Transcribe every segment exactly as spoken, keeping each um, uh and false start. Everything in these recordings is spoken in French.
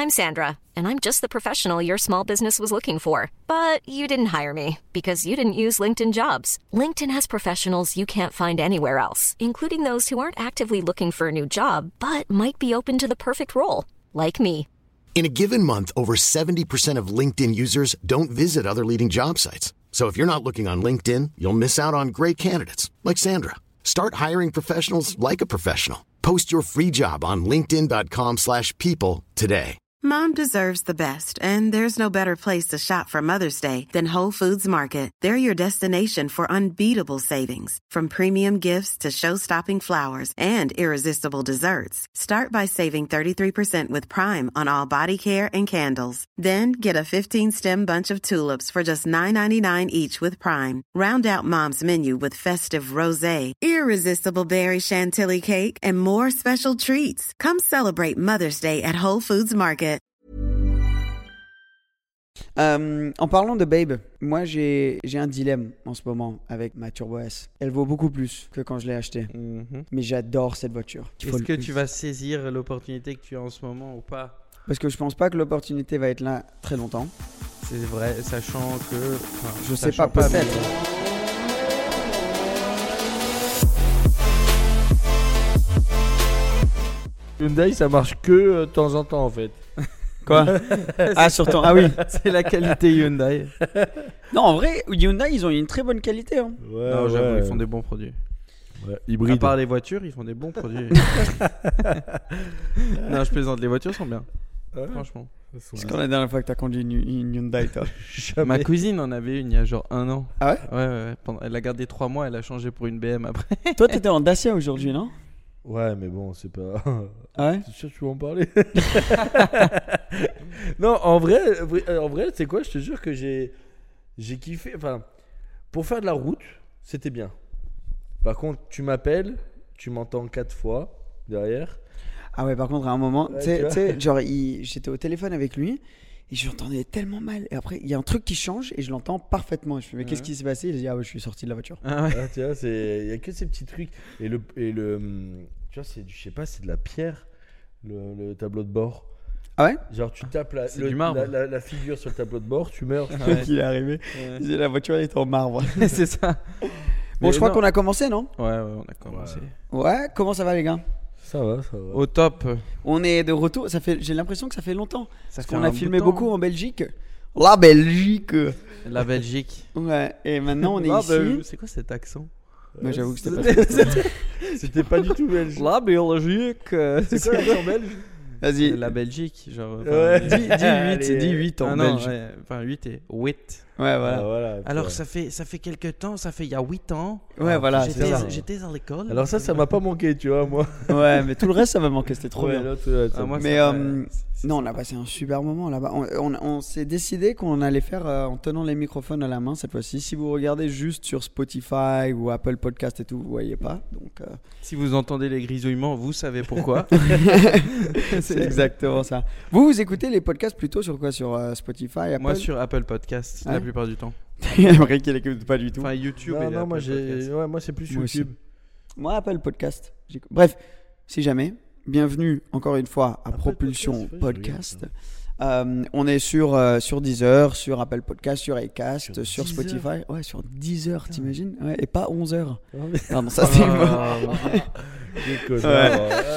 I'm Sandra, and I'm just the professional your small business was looking for. But you didn't hire me because you didn't use LinkedIn Jobs. LinkedIn has professionals you can't find anywhere else, including those who aren't actively looking for a new job, but might be open to the perfect role, like me. In a given month, over seventy percent of LinkedIn users don't visit other leading job sites. So if you're not looking on LinkedIn, you'll miss out on great candidates like Sandra. Start hiring professionals like a professional. Post your free job on linkedin.com slash people today. Mom deserves the best, and there's no better place to shop for Mother's Day than Whole Foods Market. They're your destination for unbeatable savings, from premium gifts to show-stopping flowers and irresistible desserts. Start by saving thirty-three percent with Prime on all body care and candles. Then get a fifteen-stem bunch of tulips for just nine ninety-nine each with Prime. Round out Mom's menu with festive rosé, irresistible berry chantilly cake, and more special treats. Come celebrate Mother's Day at Whole Foods Market. Euh, en parlant de Babe, moi j'ai, j'ai un dilemme en ce moment avec ma Turbo S. Elle vaut beaucoup plus que quand je l'ai achetée. Mm-hmm. Mais j'adore cette voiture. Est-ce que tu vas saisir l'opportunité que tu as en ce moment ou pas? Parce que je pense pas que l'opportunité va être là très longtemps. C'est vrai, sachant que... Enfin, je sais pas, pas, peut-être. Mais... Hyundai, ça marche que de temps en temps en fait. Quoi? Ah, surtout. Ah oui. C'est la qualité Hyundai. Non, en vrai, Hyundai, ils ont une très bonne qualité. Hein. Ouais, non, j'avoue, ouais. ils font des bons produits. Ouais, hybride. À part les voitures, ils font des bons produits. Non, je plaisante, les voitures sont bien. Ouais. Franchement. C'est quand la dernière fois que t'as conduit une, une Hyundai, toi? Ma cousine en avait une il y a genre un an. Ah ouais? Ouais, ouais, ouais. Pendant... Elle l'a gardé trois mois, elle a changé pour une B M après. Toi, t'étais en Dacia aujourd'hui, non? Ouais, mais bon, c'est pas. Ah ouais? T'es sûr que tu veux en parler? Non, en vrai, en vrai, c'est quoi? Je te jure que j'ai, j'ai kiffé. Enfin, pour faire de la route, c'était bien. Par contre, tu m'appelles, tu m'entends quatre fois derrière. Ah ouais, par contre, à un moment, Ouais, tu sais, genre, il, j'étais au téléphone avec lui et je l'entendais tellement mal. Et après, il y a un truc qui change et je l'entends parfaitement. Je me dis, mais qu'est-ce qui s'est passé? Il dit, ah ouais, je suis sorti de la voiture. Ah ouais. Ah, tu vois, c'est, il y a que ces petits trucs. Et le, et le, tu vois, c'est, je sais pas, c'est de la pierre, le, le tableau de bord. Ah ouais? Genre, tu tapes la, C'est le, du marbre. la, la, la figure sur le tableau de bord, tu meurs. Ah ouais. Il est arrivé. Ouais. Il disait, la voiture elle est en marbre. C'est ça. Bon, Mais je crois non. qu'on a commencé, non? Ouais, ouais, on a commencé. Ouais. Ouais, comment ça va, les gars? Ça va, ça va. Au top. On est de retour. Ça fait, j'ai l'impression que ça fait longtemps. Ça Parce fait qu'on un a bout filmé de temps. beaucoup en Belgique. La Belgique. La Belgique. Ouais, et maintenant on est Ah, ici. bah, c'est quoi cet accent? Moi, j'avoue que c'était pas. C'était, c'était pas du tout belge. La Belgique. C'est quoi l'accent belge? Vas-y. La Belgique, genre. Ouais. Dis, dis huit, dis huit en Ah non, belge. ouais, enfin huit et huit. Ouais, voilà. Ah, voilà, Alors ouais. ça fait ça fait quelques temps, ça fait il y a huit ans. Ouais, voilà. c'est J'étais ça. j'étais à l'école. Alors ça, ça m'a pas manqué, tu vois, moi. Ouais, mais tout le reste, ça va manquer. C'était trop Ouais, bien. l'autre, ouais, ça- Ah, moi, Mais ça- euh, ouais, c'est- non, on a passé un super moment là-bas. On, on, on s'est décidé qu'on allait faire euh, en tenant les microphones à la main cette fois-ci. Si vous regardez juste sur Spotify ou Apple Podcast et tout, vous voyez pas. Donc, euh, Si vous entendez les grisouillements, vous savez pourquoi. c'est exactement ça. Vous, vous écoutez les podcasts plutôt sur quoi? Sur euh, Spotify, Apple? Moi sur Apple Podcast, Ouais. la plupart du temps. J'aimerais qu'il écoute pas du tout. Enfin YouTube Non, et non, Apple moi, j'ai... Podcast. ouais, moi c'est plus Moi aussi. YouTube. Moi, Apple Podcast. J'écoute. Bref, si jamais, bienvenue encore une fois à Apple Propulsion Podcast, ouais, je Podcast. Euh, on est sur, euh, sur Deezer, sur Apple Podcast, sur Acast, sur, Sur Deezer. Spotify. Ouais, sur Deezer, t'imagines? Ouais, et pas onze heures. Non, mais- Pardon, ça c'est Ah, des connards.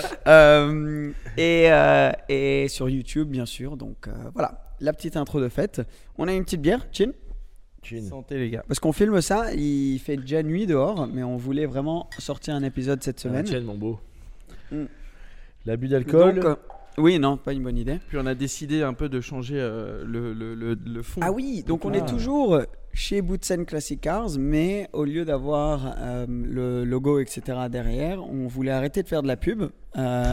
euh, et, euh, et sur YouTube, bien sûr. Donc euh, voilà, la petite intro de fête. On a une petite bière, Chin. Chin. Santé les gars. Parce qu'on filme ça, il fait déjà nuit dehors, mais on voulait vraiment sortir un épisode cette semaine. Tiens, mon beau. Mm. L'abus d'alcool. Donc, euh, oui, non, pas une bonne idée. Puis on a décidé un peu de changer euh, le, le, le, le fond. Ah oui, donc on Ah. est toujours chez Boutsen Classic Cars, mais au lieu d'avoir euh, le logo, et cetera derrière, on voulait arrêter de faire de la pub. Euh...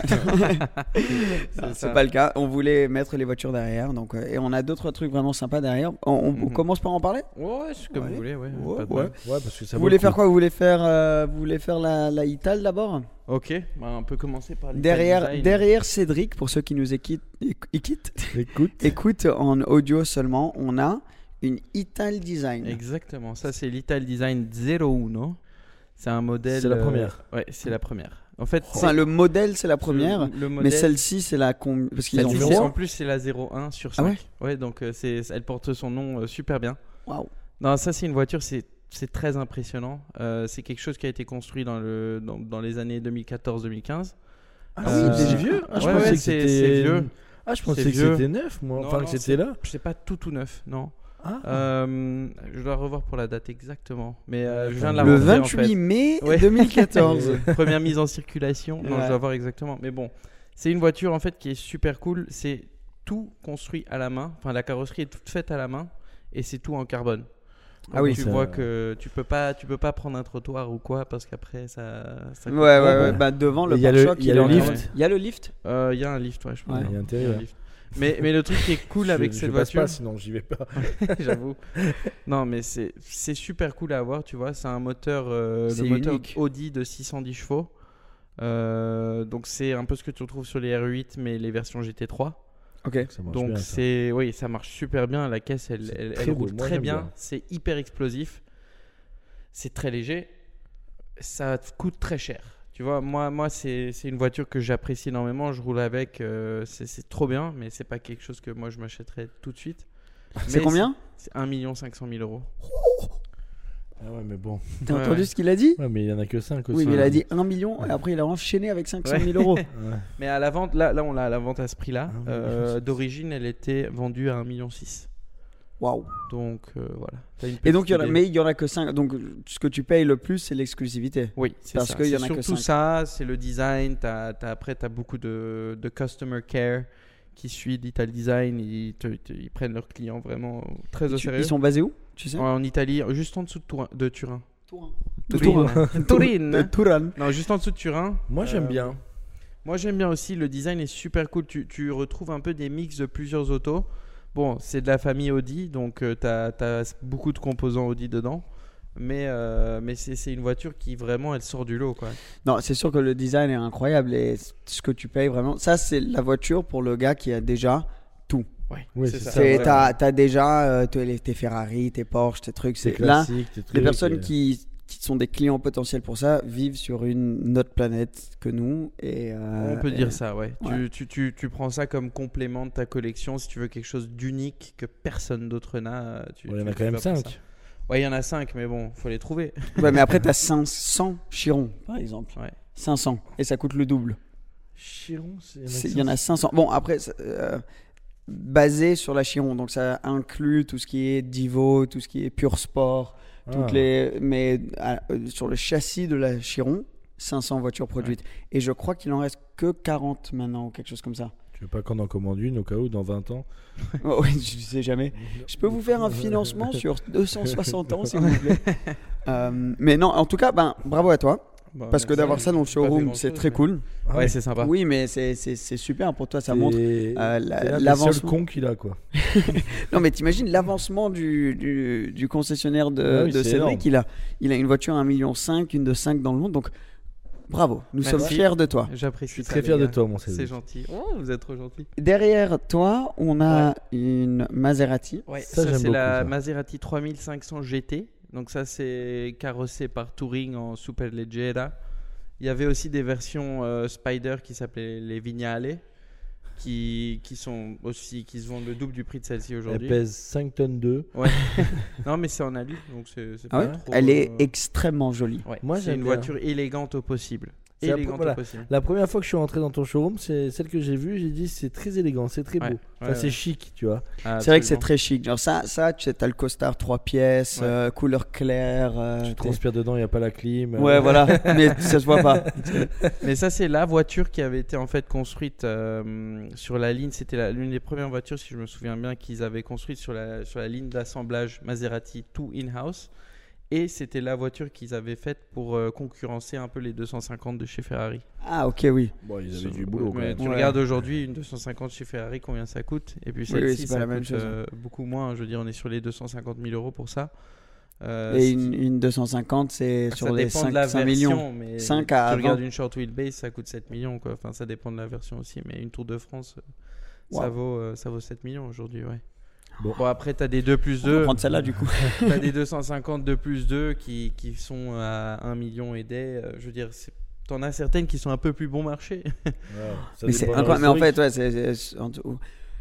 Non, c'est ça. pas le cas. On voulait mettre les voitures derrière, donc euh, et on a d'autres trucs vraiment sympas derrière. On, on- on Mhm. commence par en parler. Ouais, c'est comme Ouais. vous voulez, ouais. Ouais, pas de ouais. problème. Ouais, parce que ça Vous vaut voulez le faire coup. quoi? Vous voulez faire, euh, vous voulez faire la, la Ital d'abord? Ok, bah, on peut commencer par les Derrière, design. derrière Cédric, pour ceux qui nous équitent, équitent, Écoute. écoutent en audio seulement, on a une Ital Design. Exactement, ça c'est l'Ital Design zéro un. C'est un modèle. C'est la euh, première. Ouais, c'est la première. En fait, Enfin, le modèle, c'est la première, le, le mais modèle, celle-ci, c'est la com... parce qu'ils celle-ci, ont c'est- zéro. en plus, c'est la zéro un sur cinq. Ah ouais Ouais, donc euh, c'est, elle porte son nom euh, super bien. Waouh. Non, ça, c'est une voiture, c'est, c'est très impressionnant. Euh, c'est quelque chose qui a été construit dans, le, dans, dans les années deux mille quatorze deux mille quinze. Ah Euh, oui, c'est vieux. Ah, je ouais, pensais ouais, que c'est- c'était c'est vieux. Ah, je pensais C'est que vieux. c'était neuf, moi. Non, Enfin, non, que c'était c'est- là. C'est pas tout tout neuf, non. Ah. Euh, je dois revoir pour la date exactement. Mais euh, je viens de la Le rentrer, en vingt-huit fait. mai Ouais. deux mille quatorze. Première mise en circulation. Non, Ouais. je dois voir exactement. Mais bon, c'est une voiture en fait qui est super cool. C'est tout construit à la main. Enfin, la carrosserie est toute faite à la main et c'est tout en carbone. Ah Donc, oui, tu ça- vois que tu peux pas, tu peux pas prendre un trottoir ou quoi parce qu'après ça. ça Ouais, coûte ouais, trop. ouais. Bah, devant le Il y a le- pare-choc, il y a est le en lift. carbone. Il y a le lift. Euh, Il y a un lift, ouais, je pense. Ouais. Il y a Il y a intérêt. un lift. Mais, mais le truc qui est cool Je- avec je cette passe voiture, pas, sinon j'y vais pas. j'avoue. Non, mais c'est c'est super cool à avoir, tu vois. C'est un moteur, euh, C'est le moteur unique. Audi de six cent dix chevaux. Euh, donc c'est un peu ce que tu retrouves sur les R huit, mais les versions G T trois. Ok. Ça marche Donc bien, ça. c'est, oui, ça marche super bien. La caisse, elle, C'est elle, très elle beau. roule Moi, très j'aime bien. bien. C'est hyper explosif. C'est très léger. Ça te coûte très cher. Tu vois, moi, moi c'est, c'est une voiture que j'apprécie énormément. Je roule avec. euh, c'est, c'est trop bien, mais c'est pas quelque chose que moi je m'achèterais tout de suite. C'est Mais combien C'est un million cinq cent mille euros. Ah ouais, mais bon. T'as Ouais, entendu ouais. ce qu'il a dit? Ouais, mais il y en a que cinq aussi. Oui, mais il a dit un million et après il a enchaîné avec cinq cent mille euros. Ouais. Mais à la vente, là, là on l'a à la vente à ce prix-là. Ah, Euh, oui. d'origine, elle était vendue à un million six. Waouh. Donc euh, voilà. T'as une Et donc, il y en a, petite idée. mais il y en a que cinq. Donc, ce que tu payes le plus, c'est l'exclusivité. Oui, c'est parce ça. qu'il y en C'est a que surtout cinq. ça, c'est le design. T'as, t'as- après, tu as beaucoup de, de customer care qui suit l'Ital Design. Ils, te- te- ils prennent leurs clients vraiment très au Tu- sérieux. Ils sont basés où? Tu sais? Ouais, en Italie, juste en dessous de, Turin, de Turin. De Turin. Turin. Turin. De Turan. Non, juste en dessous de Turin. Moi, j'aime Euh, bien. Moi, j'aime bien aussi. Le design est super cool. Tu, tu retrouves un peu des mix de plusieurs autos. Bon, c'est de la famille Audi, donc tu as beaucoup de composants Audi dedans. Mais, euh, mais c'est c'est une voiture qui vraiment, elle sort du lot, quoi. Non, c'est sûr que le design est incroyable et ce que tu payes vraiment. Ça, c'est la voiture pour le gars qui a déjà tout. Ouais, Oui, c'est c'est ça. ça. C'est- ouais. T'as t'as déjà euh, tes tes Ferrari, tes Porsche, tes trucs. C'est C'est là. classique, tes Les trucs, personnes et- qui, qui sont des clients potentiels pour ça vivent sur une autre planète que nous. Et, euh, On peut et- dire ça, ouais. ouais. Tu, tu, tu, tu prends ça comme complément de ta collection. Si tu veux quelque chose d'unique que personne d'autre n'a, tu, Ouais, il y en tu- a tu quand même vas pour ça. cinq. Ouais, il y en a cinq, mais bon, faut les trouver. Ouais, mais après, t'as cinq cents Chiron, par exemple. Ouais. cinq cents. Et ça coûte le double. Chiron, c'est. C'est- Il y en a cinq cents. Bon, après, ça, euh, basé sur la Chiron. Donc, ça inclut tout ce qui est Divo, tout ce qui est Pure Sport. Toutes Ah. les, mais euh, sur le châssis de la Chiron, cinq cents voitures produites. Et je crois qu'il en reste que quarante maintenant, ou quelque chose comme ça. Tu veux pas qu'on en commande une au cas où dans vingt ans? Oh, oui, je sais jamais. Je peux vous faire un financement sur deux cent soixante ans si vous voulez. Euh, mais non, en tout cas, ben, bravo à toi. Bon, Parce que merci. d'avoir ça dans le J'ai pas fait showroom, grand-chose, c'est très mais- cool. Ah Ouais, c'est sympa. Oui, mais c'est c'est- c'est super pour toi. Ça T'es- montre t'es euh, la- l'un des seuls l'avancement. cons qu'il a, quoi. Non, mais t'imagines l'avancement du, du, du concessionnaire de, Ah oui, de c'est Cédric. énorme. Il a, il a une voiture à un million cinq, une de cinq dans le monde. Donc, bravo. Nous Merci. sommes fiers de toi. J'apprécie Je suis ça, très les fier de gars. toi, mon C'est Cédric. gentil. Oh, vous êtes trop gentil. Derrière toi, on a une Maserati. Ouais, Ça, ça, j'aime c'est beaucoup, la ça. Maserati trois mille cinq cents G T. Donc ça, c'est carrossé par Touring en Superleggera. Il y avait aussi des versions euh, Spider qui s'appelaient les Vignale, qui, qui sont aussi qui se vendent le double du prix de celle-ci Elle aujourd'hui. pèse cinq tonnes deux. Ouais. Non, mais c'est en alu, donc c'est c'est Ah pas ouais trop. Elle est euh, extrêmement jolie. ouais. Moi, c'est j'aime une bien. voiture élégante au possible. C'est la- Élégante voilà. au possible. La première fois que je suis rentré dans ton showroom, c'est celle que j'ai vue. J'ai dit c'est très élégant, c'est très beau. Ouais, Enfin, ouais, c'est ouais. chic, tu vois. Ah, C'est vrai que c'est absolument. très chic. Genre ça, ça tu as le costard trois pièces, Ouais. euh, couleur claire. euh, Tu t'es- transpires dedans, il n'y a pas la clim. Ouais, voilà. Mais ça se voit pas. Mais ça, c'est la voiture qui avait été en fait construite euh, sur la ligne. C'était la- l'une des premières voitures, si je me souviens bien, qu'ils avaient construite sur la, sur la ligne d'assemblage Maserati tout in-house. Et c'était la voiture qu'ils avaient faite pour euh, concurrencer un peu les deux cent cinquante de chez Ferrari. Ah, ok, oui. Bon, ils avaient Sur- du boulot quand mais même. tu Ouais. regardes aujourd'hui une deux cent cinquante chez Ferrari, combien ça coûte. Et puis Oui, oui, celle-ci, c'est pas ça la même coûte chose. euh, beaucoup moins. Je veux dire, on est sur les deux cent cinquante mille euros pour ça. Euh, Et ce une, qui- une deux cent cinquante, c'est ça sur les dépend de la cinq, cinq version, millions. mais cinq à tu regardes vingt. une short wheelbase, ça coûte sept millions, quoi. Enfin, ça dépend de la version aussi, mais une Tour de France, euh, ça Wow. vaut euh, ça vaut sept millions aujourd'hui, ouais. Bon. Bon, après t'as des deux plus On va deux, prendre celle-là du coup. t'as des deux cent cinquante deux plus deux qui, qui sont à un million et des, euh, je veux dire, c'est- t'en as certaines qui sont un peu plus bon marché. Ouais, ça Mais c'est dépend incroyable. de Mais en l'historique. fait, ouais, c'est, c'est- en tout-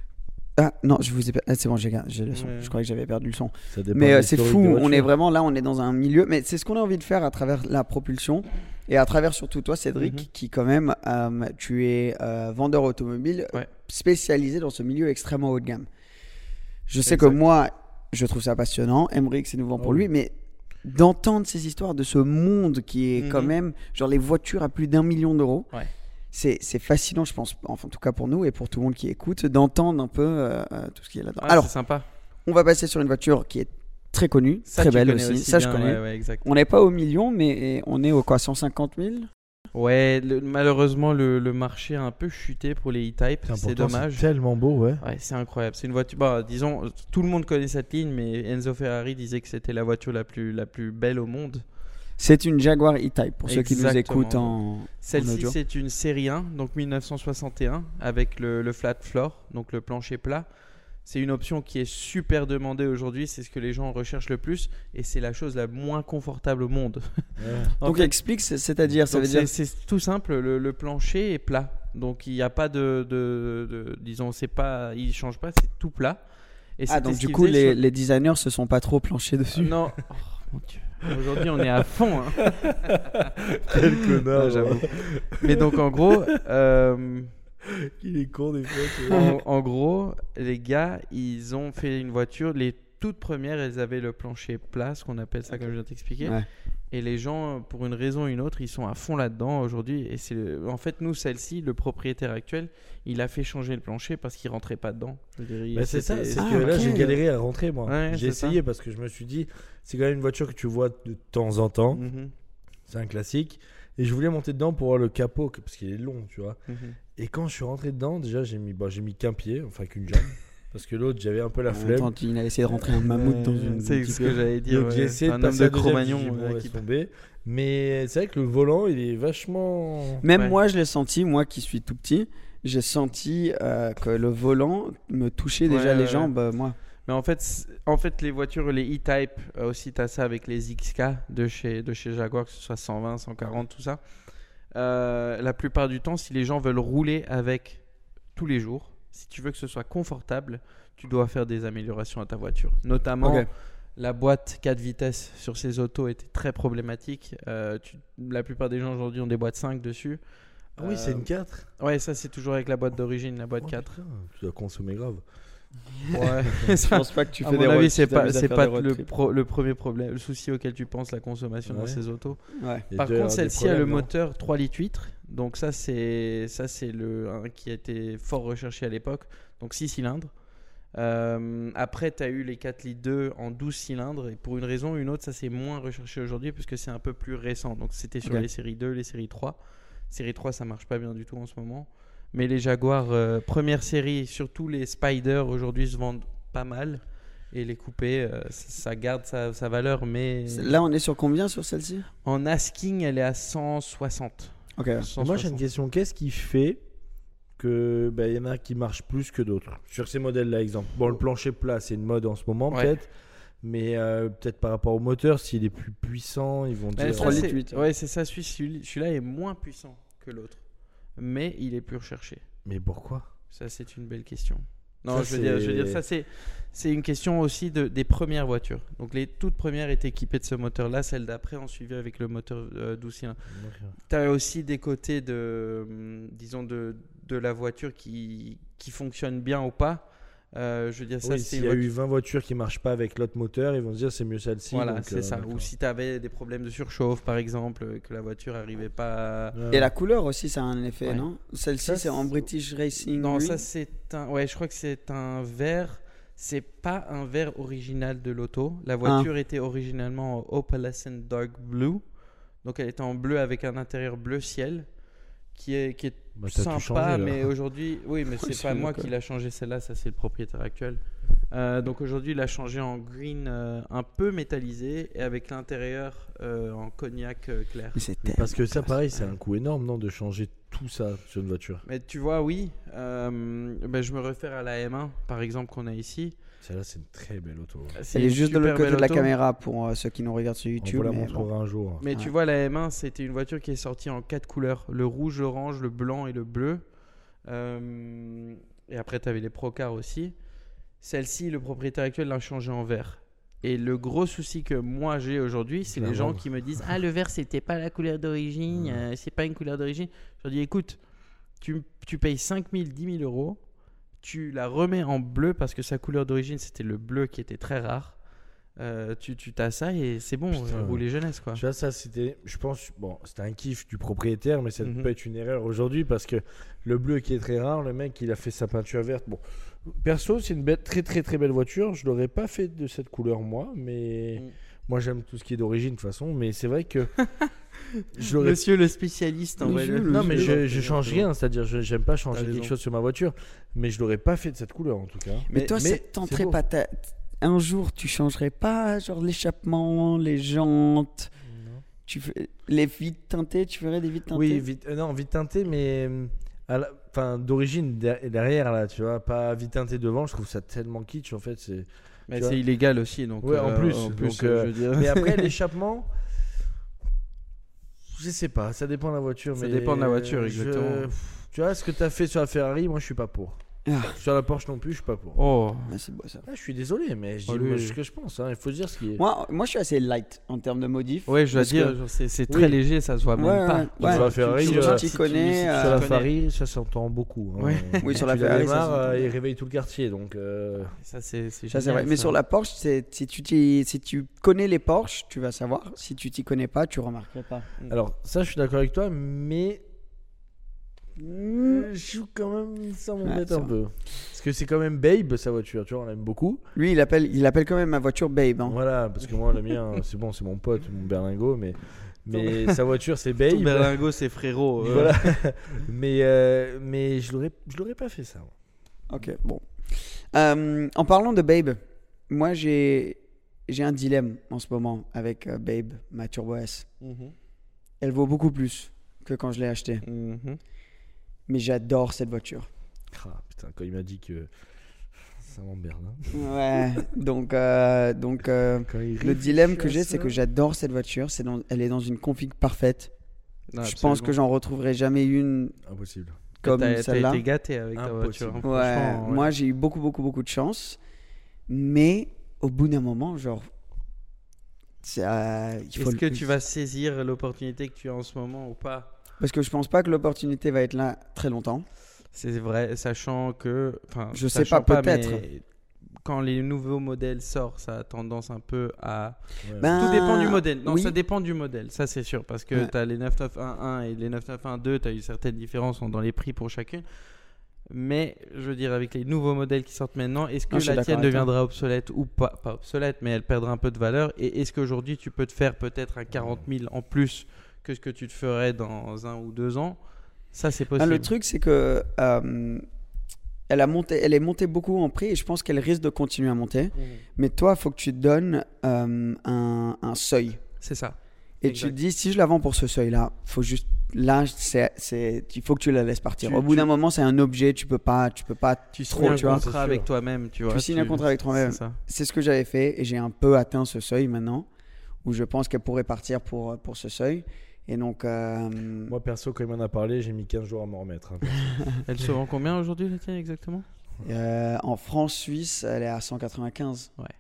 Ah non, je vous ai per- ah, c'est bon, j'ai, j'ai le son. Ouais. Je croyais que j'avais perdu le son. Ça dépend Mais de euh, c'est l'historique fou. des On est voitures. vraiment là, on est dans un milieu. Mais c'est ce qu'on a envie de faire à travers la propulsion et à travers surtout toi, Cédric, Mhm. qui quand même, euh, tu es euh, vendeur automobile Ouais. spécialisé dans ce milieu extrêmement haut de gamme. Je sais Exact. que moi, je trouve ça passionnant. Emmerich, c'est nouveau pour Oh oui. lui, mais d'entendre ces histoires de ce monde qui est Mhm. quand même genre les voitures à plus d'un million d'euros. Ouais. C'est, c'est fascinant, je pense, enfin, en tout cas pour nous et pour tout le monde qui écoute, d'entendre un peu euh, euh, tout ce qui est là-dedans. Ouais, Alors, c'est sympa. on va passer sur une voiture qui est très connue, Ça, très tu belle connais aussi. aussi Ça, bien, je connais. ouais, ouais, exact. On n'est pas au million, mais on est au quoi, cent cinquante mille. Ouais, le- malheureusement, le, le marché a un peu chuté pour les E-Type. Putain, C'est pourtant, dommage. C'est tellement beau, ouais. Ouais, c'est incroyable. C'est une voiture. Bah, disons, tout le monde connaît cette ligne, mais Enzo Ferrari disait que c'était la voiture la plus, la plus belle au monde. C'est une Jaguar E-Type pour ceux qui nous Exactement. écoutent en, en Celle-ci, audio. c'est une série un, donc mille neuf cent soixante et un, avec le, le flat floor, donc le plancher plat. C'est une option qui est super demandée aujourd'hui. C'est ce que les gens recherchent le plus, et c'est la chose la moins confortable au monde. Ouais. En Donc fait, explique, c'est- c'est-à-dire, ça donc veut dire. c'est, c'est tout simple. Le, le plancher est plat, donc il n'y a pas de, de, de- disons, c'est pas, il change pas, c'est tout plat. Et Ah, c'était donc ce du qu'ils coup, faisaient les, sur- les designers se sont pas trop planchés dessus. Non, oh, mon Dieu. Aujourd'hui, on est à fond. hein. Quel connard, Ouais, j'avoue. Mais donc en gros, euh, Il est con des fois. tu vois. en, en gros, les gars, ils ont fait une voiture. Les toutes premières, elles avaient le plancher plat, ce qu'on appelle ça, comme je viens de t'expliquer. Ouais. Et les gens, pour une raison ou une autre, ils sont à fond là-dedans aujourd'hui. Et c'est le- en fait, nous, celle-ci, le propriétaire actuel, il a fait changer le plancher parce qu'il rentrait pas dedans. Je veux dire, il- Bah, c'est ça, c'était- c'est Ah, que là ok. j'ai galéré à rentrer moi. Ouais, j'ai c'est essayé parce que je me suis dit, c'est quand même une voiture que tu vois de temps en temps, Mhm, c'est un classique. Et je voulais monter dedans pour voir le capot que- parce qu'il est long, tu vois. mhm. Et quand je suis rentré dedans, déjà j'ai mis, bah, j'ai mis qu'un pied, enfin qu'une jambe, parce que l'autre j'avais un peu la flemme. Attends, il a essayé de rentrer un mammouth dans une. C'est ce que j'allais dire. Donc j'ai ouais. essayé C'est de un homme passer de à deuxième, Cro-Magnon j'ai dit, bon, euh, laisse qui- tomber. Mais c'est vrai que le volant il est vachement. Même Ouais. moi, je l'ai senti, moi qui suis tout petit, j'ai senti euh, que le volant me touchait déjà Ouais, les ouais. jambes, euh, moi. Mais en fait, c'est- en fait, les voitures, les E-Type, euh, aussi, tu as ça avec les X K de chez, de chez Jaguar, que ce soit cent vingt, cent quarante, tout ça. Euh, la plupart du temps, si les gens veulent rouler avec tous les jours, si tu veux que ce soit confortable, tu dois faire des améliorations à ta voiture. Notamment, Ok. la boîte quatre vitesses sur ces autos était très problématique. Euh, tu- la plupart des gens aujourd'hui ont des boîtes cinq dessus. Ah oui, c'est Euh, une quatre. Ouais, ça, c'est toujours avec la boîte d'origine, la boîte Oh, quatre. putain, tu dois consommer grave. Ouais, Je ça- pense pas que tu à fais mon des avis, road- c'est tu pas, t'amuses à c'est faire pas des road le, trips. pro- le premier problème, le souci auquel tu penses, la consommation dans Ouais. ces autos. Ouais. Il Par doit y contre, avoir des celle-ci a le problèmes, non moteur trois litres huit. Donc ça, c'est ça c'est le un qui a été fort recherché à l'époque. Donc six cylindres. Euh, après, tu as eu les quatre litres deux en douze cylindres. Et pour une raison ou une autre, ça c'est moins recherché aujourd'hui parce que c'est un peu plus récent. Donc c'était sur Ok. les séries deux, les séries trois. Série trois, ça marche pas bien du tout en ce moment. Mais les Jaguars euh, première série, surtout les Spider, aujourd'hui se vendent pas mal. Et les coupés, euh, ça, ça garde sa, sa valeur. Mais Là, on est sur combien sur celle-ci? en asking, elle est à cent soixante. Ok. Moi j'ai cent une soixante. question, qu'est-ce qui fait que bah, y en a qui marchent plus que d'autres sur ces modèles-là, exemple. Bon, le plancher plat, c'est une mode en ce moment Ouais. peut-être, mais euh, peut-être par rapport au moteur, s'il est plus puissant, ils vont Ouais, dire. ça, trois c'est- litres huit. Ouais, c'est ça. Celui- Celui- Celui-là est moins puissant que l'autre, mais il est plus recherché. Mais pourquoi? Ça, c'est une belle question. Non, Ça, je veux dire, je veux dire, c'est- ça c'est c'est une question aussi de, des premières voitures. Donc les toutes premières étaient équipées de ce moteur-là, celles d'après ont suivi avec le moteur euh, douze cylindres. Tu as aussi des côtés de, hum, disons de, de la voiture qui qui fonctionne bien ou pas. Euh, je veux dire, ça Oui, c'est s'il une y a eu voiture- vingt voitures qui marchent pas avec l'autre moteur, ils vont se dire c'est mieux celle-ci. Voilà, donc, c'est euh, ça. d'accord. Ou si tu avais des problèmes de surchauffe, par exemple, euh, que la voiture n'arrivait pas à... Ouais. Et la couleur aussi, ça a un effet, Ouais. non? Celle-ci, Ça, c'est en c'est- British Racing. Non, Green. ça c'est un. Ouais, je crois que c'est un vert. C'est pas un vert original de l'auto. La voiture était originalement en opalescent dark blue. Donc elle était en bleu avec un intérieur bleu ciel qui est, qui est Bah, t'as tout sympa. changé, là. Mais aujourd'hui, oui, mais c'est je pas suis moi d'accord. qui l'a changé celle-là, ça c'est le propriétaire actuel. Euh, donc aujourd'hui, il a changé en green euh, un peu métallisé et avec l'intérieur euh, en cognac euh, clair. Mais c'est Mais parce que ça, pareil, c'est un coût énorme, non, de changer tout ça sur une voiture. Mais tu vois, oui. Euh, ben, je me réfère à la M un, par exemple, qu'on a ici. Celle-là, c'est une très belle auto. C'est Elle est une juste de super l'autre côté belle de la auto. caméra pour euh, ceux qui nous regardent sur On YouTube. vous la mais montrera bon. un jour. Mais tu Ouais. vois, la M un, c'était une voiture qui est sortie en quatre couleurs. Le rouge, l'orange, le blanc et le bleu. Euh, et après, tu avais les Procars aussi. Celle-ci, le propriétaire actuel l'a changée en vert. Et le gros souci que moi j'ai aujourd'hui, c'est La les gens vendre. qui me disent « Ah, le vert, c'était pas la couleur d'origine, Ouais. euh, c'est pas une couleur d'origine. » Je leur dis « Écoute, tu, tu payes cinq mille, dix mille euros. Tu la remets en bleu parce que sa couleur d'origine, c'était le bleu qui était très rare. Euh, tu tu t'as ça et c'est bon, Putain. euh, rouler jeunesse quoi. Tu vois, ça, c'était, je pense, bon, c'était un kiff du propriétaire, mais ça Mhm. peut être une erreur aujourd'hui parce que le bleu qui est très rare, le mec, il a fait sa peinture verte. Bon, perso, c'est une belle, très très très belle voiture. Je l'aurais pas fait de cette couleur moi, mais Mm. moi j'aime tout ce qui est d'origine de toute façon. Mais c'est vrai que je l'aurais. Monsieur le spécialiste, on va Monsieur le- le- Non, mais Monsieur, je, je change rien, c'est-à-dire je j'aime pas changer T'as quelque raison. chose sur ma voiture, mais je l'aurais pas fait de cette couleur en tout cas. Mais, toi, ça mais tenterait c'est beau. pas ta- un jour, tu changerais pas genre l'échappement, les jantes, Non. tu fais... les vitres teintées, tu ferais des vitres teintées? Oui, vite, euh, non, vite teinté, mais euh, à la- enfin d'origine der- derrière là, tu vois, pas vite teinté devant. Je trouve ça tellement kitsch en fait. C'est. Mais Tu vois. c'est illégal aussi donc. Ouais, en euh, plus, en plus donc, euh, euh, je veux dire. Mais après l'échappement, je sais pas, ça dépend de la voiture. Ça mais dépend de la voiture, je- exactement. Tu vois ce que t'as fait sur la Ferrari, moi je suis pas pour. Ah. Sur la Porsche non plus, je suis pas pour. Oh. Ah, c'est beau ça. Ah, je suis désolé, mais je dis Allez. moi, ce que je pense. hein, Il faut dire ce qui est. Moi, moi, je suis assez light en termes de modifs. Ouais, je dois parce dire, que- genre, c'est c'est très Oui. léger, ça se voit Ouais, même pas. ouais, Tu ouais. Sur la Ferrari, Si euh, tu t'y connais, si tu euh, sur la connais. Ferrari, ça s'entend beaucoup. hein. Ouais. Oui, sur la Tu la Ferrari, ça démarres, s'entend. euh, il réveille tout le quartier, donc. euh, Ça c'est c'est Ça, c'est génial, vrai. Mais ça. sur la Porsche, c'est- si tu, t'y- si tu connais les Porsche, tu vas savoir. Si tu t'y connais pas, tu remarquerais pas. Alors, ça, je suis d'accord avec toi, mais. Euh, je joue quand même, ça Ouais, m'embête c'est un vrai. peu. Parce que c'est quand même Babe, sa voiture, tu vois, on l'aime beaucoup. Lui, il appelle, il appelle quand même ma voiture Babe. hein. Voilà, parce que moi, le mien, c'est bon, c'est mon pote, mon berlingot, mais, mais sa voiture, c'est Ton Babe. berlingot, c'est frérot. euh. Voilà. mais euh, mais je l'aurais, je l'aurais pas fait ça. moi. Ok, bon. Euh, en parlant de Babe, moi, j'ai, j'ai un dilemme en ce moment avec euh, Babe, ma Turbo S. Mhm. Elle vaut beaucoup plus que quand je l'ai achetée. Mhm. Mais j'adore cette voiture. Ah, putain, quand il m'a dit que. Ça m'emmerde. hein. Ouais, donc, euh, donc euh, Quand il le réfléchit dilemme que à j'ai, ça- c'est que j'adore cette voiture. C'est dans- elle est dans une config parfaite. Non, je pense que j'en retrouverai jamais une Impossible. comme t'as, t'as celle-là. été gâté avec ta Impossible. voiture. hein, Ouais, franchement, ouais. moi j'ai eu beaucoup, beaucoup, beaucoup de chance. Mais au bout d'un moment, genre. c'est, euh, il faut Est-ce que le- tu vas saisir l'opportunité que tu as en ce moment ou pas? Parce que je pense pas que l'opportunité va être là très longtemps. C'est vrai, sachant que. Enfin, Je sais sachant pas, peut-être. mais quand les nouveaux modèles sortent, ça a tendance un peu à. Ouais. Ben, Tout dépend du modèle. Non, oui. ça dépend du modèle, ça c'est sûr. Parce que Ouais. tu as les neuf neuf un un et les neuf neuf un deux, tu as eu certaines différences dans les prix pour chacune. Mais je veux dire, avec les nouveaux modèles qui sortent maintenant, est-ce que Ah, je suis la d'accord tienne avec toi. deviendra obsolète ou pas? Pas obsolète, mais elle perdra un peu de valeur. Et est-ce qu'aujourd'hui, tu peux te faire peut-être un quarante mille en plus que ce que tu te ferais dans un ou deux ans? Ça, c'est Ah, possible. le truc, c'est que euh, elle, a monté, elle est montée beaucoup en prix et je pense qu'elle risque de continuer à monter. Mhm. Mais toi, il faut que tu te donnes euh, un, un seuil. C'est ça. Et Exact. tu te dis, si je la vends pour ce seuil-là, faut juste. Là, c'est, c'est, il faut que tu la laisses partir. Tu- Au bout tu- d'un moment, c'est un objet, tu peux pas, tu peux pas Tu trop, signes un tu vois. c'est contrat sûr. avec toi-même, tu vois. Tu signes un contrat avec toi-même. C'est ça. C'est ce que j'avais fait et j'ai un peu atteint ce seuil maintenant, où je pense qu'elle pourrait partir pour, pour ce seuil. Et donc, euh, Moi, perso, quand il m'en a parlé, j'ai mis quinze jours à m'en remettre. hein. Elle se vend combien aujourd'hui, la tienne, exactement? euh, en France suisse, elle est à cent quatre-vingt-quinze. Ouais.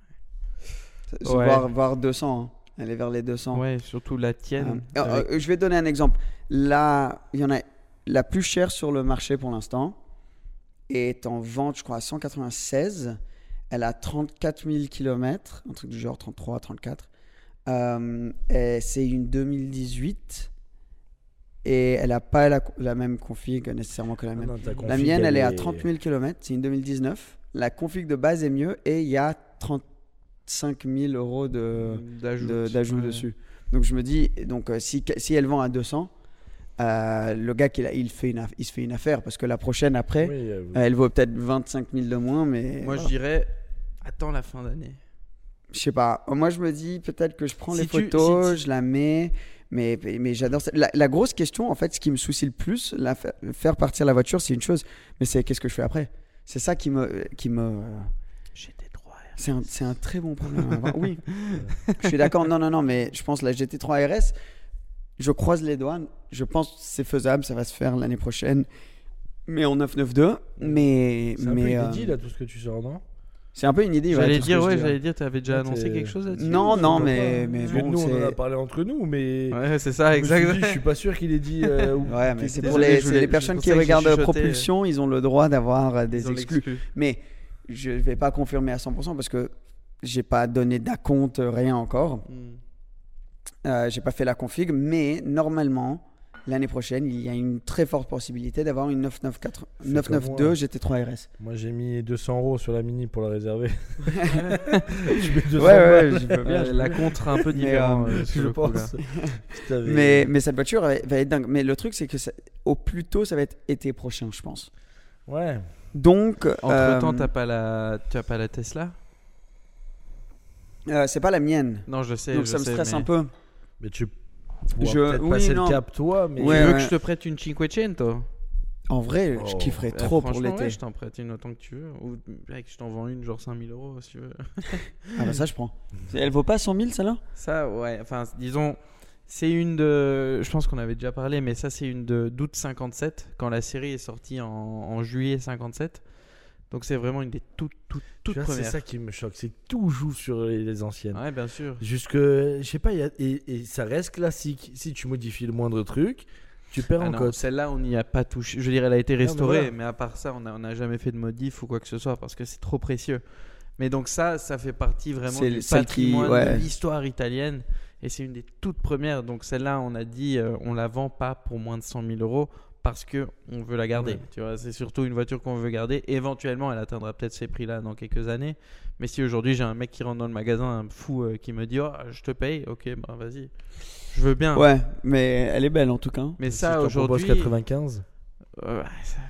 C'est- Ouais. Voire, voire deux cents. hein. Elle est vers les deux cents. Ouais, surtout la tienne. Euh, avec- euh, je vais te donner un exemple. Là, il y en a la plus chère sur le marché pour l'instant est en vente, je crois, à cent quatre-vingt-seize. Elle a trente-quatre mille kilomètres, un truc du genre trente-trois, trente-quatre. Euh, et c'est une deux mille dix-huit et elle n'a pas la, la même config nécessairement que la Ah mienne. non, ta La config, mienne, elle est à trente mille kilomètres, c'est une deux mille dix-neuf. La config de base est mieux et il y a trente-cinq mille euros de, d'ajout, de- d'ajout Ouais. dessus. Donc je me dis, donc euh, si, si elle vend à deux cents, euh, le gars qui l'a- il, fait une, aff- il se fait une affaire parce que la prochaine après, Oui, euh, euh, elle vaut peut-être vingt-cinq mille de moins, mais Moi, voilà. je dirais, attends la fin d'année. Je sais pas. Moi je me dis peut-être que je prends Si les tu- photos, si tu- je la mets, Mais, mais j'adore ça. La, la grosse question, en fait, ce qui me soucie le plus, la, faire partir la voiture, c'est une chose, mais c'est qu'est-ce que je fais après. C'est ça qui me... Qui me G T trois R S. C'est un, c'est un très bon problème à avoir. Oui, je suis d'accord. Non, non, non, mais je pense la G T trois R S, je croise les doigts. Je pense que c'est faisable, ça va se faire l'année prochaine. Mais en neuf neuf deux. Mais, C'est un mais, peu euh, inédit, là, tout ce que tu sors, non? c'est un peu une idée. J'allais tout ce dire, que je ouais, dis, j'allais dire, tu avais déjà Ouais, annoncé t'es- quelque chose là-dessus? Non, Je non, sais mais, pas. mais Parce que bon, nous, on en a c'est... parlé entre nous, mais. Ouais, c'est ça, Je me suis dit, exact. je suis pas sûr qu'il ait dit. euh, où- Ouais, mais qu'il c'est était- pour Désolé, les, je c'est voulais- les c'est personnes pour qui ça que j'ai regardent chuchoté. Propulsion, ils ont le droit d'avoir euh, Ils des ont exclus. l'exclu. Mais je vais pas confirmer à cent pour cent parce que j'ai pas donné d'acompte, rien encore. Hmm. Euh, j'ai pas fait la config, mais normalement, l'année prochaine, il y a une très forte possibilité d'avoir une neuf neuf quatre, Fais neuf neuf comme deux moi. G T trois R S. Moi, j'ai mis deux cents euros sur la Mini pour la réserver. Je mets deux cents Ouais, ouais, balles. je veux bien. Euh, la contre un peu Mais, différent. euh, euh, sur Je le coup, là. pense. Si t'avais- Mais, mais cette voiture va va être dingue. Mais le truc, c'est que ça- au plus tôt, ça va être été prochain, je pense. Ouais. Donc, Entre temps, euh, t'as pas la, tu as pas la Tesla? euh, c'est pas la mienne. Non, je sais. Donc je ça me sais, stresse mais- un peu. Mais tu Je- pourras peut-être oui, passer non. le cap, toi. Mais Tu Ouais, veux ouais. que je te prête une Cinquecento? En vrai, je Oh. kifferais Eh, trop pour franchement, l'été. ouais, je t'en prête une autant que tu veux. Ou mec, je t'en vends une genre cinq mille euros si tu veux. Ah bah ça, je prends. Elle vaut pas cent mille, celle-là? Ça, ouais. Enfin, disons, c'est une de. Je pense qu'on avait déjà parlé, mais ça, c'est une de d'août cinquante-sept quand la série est sortie en, en juillet cinquante-sept. Donc c'est vraiment une des toutes, toutes, toutes Tu vois, c'est premières. ça qui me choque. C'est que tout joue sur les, les anciennes. Ouais, bien sûr. Jusque, je sais pas, il y a- et, et ça reste classique. Si tu modifies le moindre truc, tu perds Ah en non, cote. celle-là, on n'y a pas touché. Je veux dire, elle a été mais restaurée, mais, voilà. à part ça, on n'a on a jamais fait de modif ou quoi que ce soit parce que c'est trop précieux. Mais donc ça, ça fait partie vraiment C'est du celle qui- patrimoine ouais. de l'histoire italienne. Et c'est une des toutes premières. Donc celle-là, on a dit, euh, on la vend pas pour moins de cent mille euros parce que on veut la garder. Ouais. Tu vois, c'est surtout une voiture qu'on veut garder. Éventuellement, elle atteindra peut-être ces prix-là dans quelques années. Mais si aujourd'hui j'ai un mec qui rentre dans le magasin, un fou euh, qui me dit, oh, je te paye, ok, bah vas-y, je veux bien. Ouais, mais elle est belle en tout cas. Mais Si ça je t'en propose aujourd'hui, quatre-vingt-quinze. euh, ouais,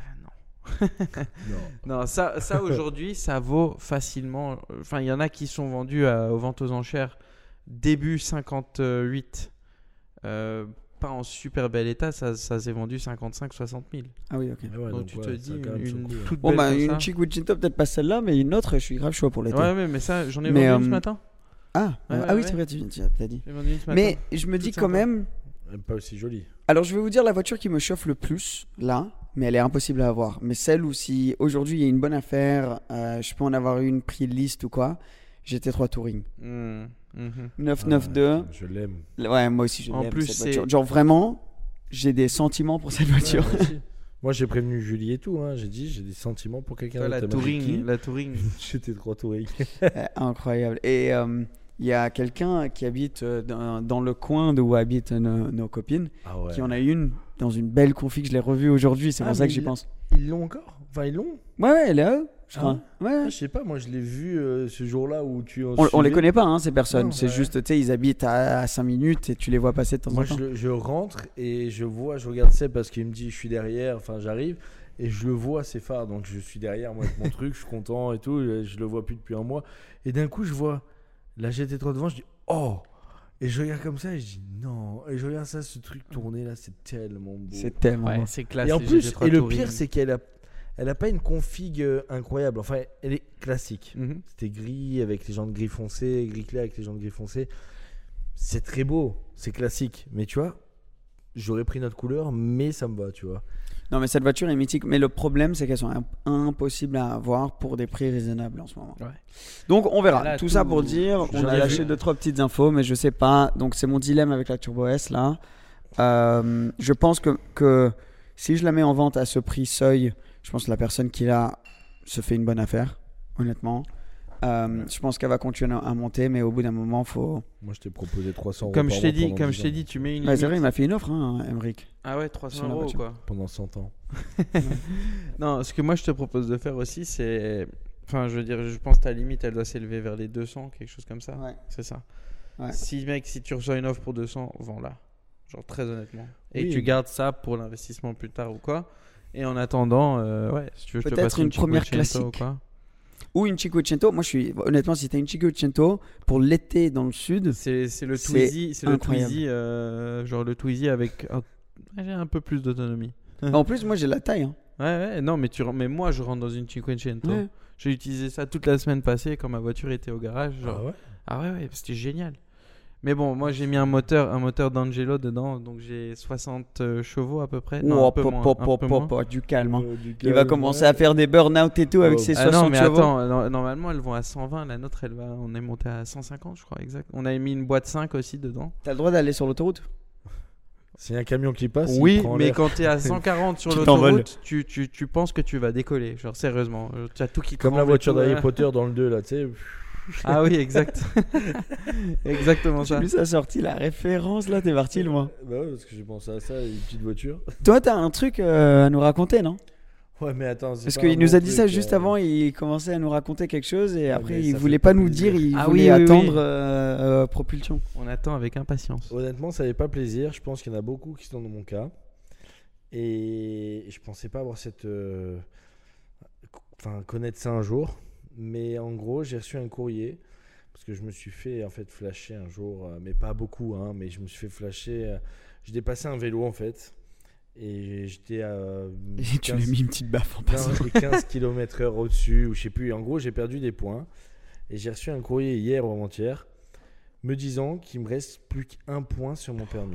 ça- Non. non, ça, ça aujourd'hui, ça vaut facilement. Enfin, il y en a qui sont vendus à- aux ventes aux enchères début cinquante-huit. Euh, pas en super bel état, ça, ça s'est vendu cinquante-cinq soixante mille. Ah oui, ok. Mais ouais, donc, donc, tu ouais, te ça dis, a quand même une, son une coût, ouais. toute Bon belle bah comme une ça. Chic Winchito, peut-être pas celle-là, mais une autre, je suis grave chaud pour l'été. Ouais, mais, mais ça, j'en ai Mais, vendu une euh, ce matin. Ah, Ouais, ah ouais, oui, ouais. c'est vrai, tu tu as dit. J'ai vendu une ce matin. Mais je me dis Toute quand sympa. même. Même pas aussi jolie. Alors je vais vous dire la voiture qui me chauffe le plus là, mais elle est impossible à avoir. Mais celle où si aujourd'hui il y a une bonne affaire, euh, je peux en avoir une prix liste ou quoi, G T trois Touring. Mmh, mhm. neuf Ah, neuf deux. Je l'aime. Ouais, moi aussi je En l'aime plus, cette c'est- voiture. Genre vraiment, j'ai des sentiments pour cette voiture. Ouais, moi aussi. Moi, j'ai prévenu Julie et tout. Hein. J'ai dit, j'ai des sentiments pour quelqu'un Toi, la d'autre. Elle m'a dit Touring, qui la Touring. J'étais trois Touring. Euh, Incroyable. Et euh, il y a quelqu'un qui habite euh, dans, dans le coin d'où habitent nos, nos copines, Ah ouais. qui en a une dans une belle config. Je l'ai revue aujourd'hui, c'est Ah, pour ça mais que j'y il- pense. Ils l'ont encore. Enfin, ils l'ont. Ouais, ouais, elle est là, je Ah crois. Ouais. Ah, je sais pas. Moi, je l'ai vu euh, ce jour-là où tu. On, on les suivais. connaît pas, hein, ces personnes. Non, c'est ouais. juste, tu sais, ils habitent à, cinq minutes et tu les vois passer de temps Moi, en temps. je, je rentre et je vois, je regarde Seb parce qu'il me dit, je suis derrière. Enfin, j'arrive et je le vois, c'est phare. Donc, je suis derrière moi avec mon truc, je suis content et tout. Je, je le vois plus depuis un mois. Et d'un coup, je vois la G T trois devant. Je dis, oh. Et je regarde comme ça et je dis non. Et je regarde ça, ce truc tourné là, c'est tellement beau. C'est tellement Ouais, beau. c'est classe. Et en les plus, G T trois et le Touring. pire, c'est qu'elle a, elle a pas une config euh, incroyable. Enfin, elle est classique. Mhm. C'était gris avec les jantes gris foncé, gris clair avec les jantes gris foncé. C'est très beau, c'est classique. Mais tu vois, j'aurais pris notre couleur, mais ça me va, tu vois. Non, mais cette voiture est mythique. Mais le problème, c'est qu'elles sont imp- impossibles à avoir pour des prix raisonnables en ce moment. Ouais. Donc, on verra. Là, tout, tout- ça pour dire, j'en on a ai lâché vu. deux, trois petites infos, mais je sais pas. Donc, c'est mon dilemme avec la Turbo S là. Euh, je pense que, que si je la mets en vente à ce prix seuil, je pense que la personne qui l'a se fait une bonne affaire, honnêtement. Euh, je pense qu'elle va continuer à monter, mais au bout d'un moment, faut. Moi, je t'ai proposé trois cents euros. Comme par je t'ai mois dit, pendant comme dix je t'ai ans. dit, tu mets une. Ouais, c'est limite. vrai, il m'a fait une offre, hein, Emmerich. Ah ouais, trois cents Sur la euros voiture. quoi. Pendant cent ans. Non, ce que moi je te propose de faire aussi, c'est. Enfin, je veux dire, je pense que ta limite elle doit s'élever vers les deux cents, quelque chose comme ça. Ouais. C'est ça. Ouais. Si, mec, si tu reçois une offre pour deux cents, vends-la. Genre, très honnêtement. Et Oui. tu gardes ça pour l'investissement plus tard ou quoi. Et en attendant, euh, ouais, si tu veux, je te Peut-être passe une première Cinquecento ou classique. quoi. Ou une Cinquecento. Moi, je suis honnêtement, si t'as une Cinquecento pour l'été dans le sud, C'est, c'est le C'est Twizy, c'est le incroyable. Twizy, euh, genre le Twizy avec un, j'ai un peu plus d'autonomie. en plus, moi, j'ai la taille. Hein. Ouais, ouais, non, mais, tu, ren- mais moi je rentre dans une Cinquecento. Ouais. J'ai utilisé ça toute la semaine passée quand ma voiture était au garage. Genre. Ah ouais. Ah ouais, ouais, c'était génial. Mais bon, moi j'ai mis un moteur, un moteur d'Angelo dedans, donc j'ai soixante euh, chevaux à peu près. Non, Oh, un peu pop, moins, pop, un pop, peu pop, moins. pop, du calme. hein. Euh, du Il va calme, commencer ouais. à faire des burn-out et tout avec Oh. ses Ah non, soixante mais chevaux. attends, no- normalement elles vont à cent vingt, la nôtre elle va, on est monté à cent cinquante je crois, exact. On a mis une boîte cinq aussi dedans. T'as le droit d'aller sur l'autoroute. S'il y a un camion qui passe, il Oui, prend mais l'air. quand t'es à cent quarante sur Tu t'envoles. l'autoroute, tu, tu, tu penses que tu vas décoller, genre sérieusement. Euh, Tu as tout qui Comme la tremble et voiture tout, d'Harry ouais. Potter dans le deux là, tu sais. Ah oui, exact. Exactement J'ai ça. vu ça sorti, la référence là, t'es parti loin. Bah ouais, parce que j'ai pensé à ça, une petite voiture. Toi, t'as un truc euh, à nous raconter, non? Ouais, mais attends, c'est Parce pas qu'il un nous bon a dit ça truc, juste euh. avant, il commençait à nous raconter quelque chose et Ouais, après mais il ça voulait fait pas pas nous plaisir. dire, il Ah voulait oui, oui, attendre oui. euh, euh, propulsion. On attend avec impatience. Honnêtement, ça n'avait pas plaisir. Je pense qu'il y en a beaucoup qui sont dans mon cas. Et je pensais pas avoir cette. euh, Enfin, connaître ça un jour. Mais en gros, j'ai reçu un courrier. Parce que je me suis fait en fait flasher un jour. euh, Mais pas beaucoup, hein. Mais je me suis fait flasher. euh, J'ai dépassé un vélo en fait. Et j'étais à. Et tu lui as mis une petite baffe en passant. quinze kilomètres heure au-dessus. Ou je sais plus. En gros, j'ai perdu des points. Et j'ai reçu un courrier hier ou avant-hier. Me disant qu'il me reste plus qu'un point sur mon permis.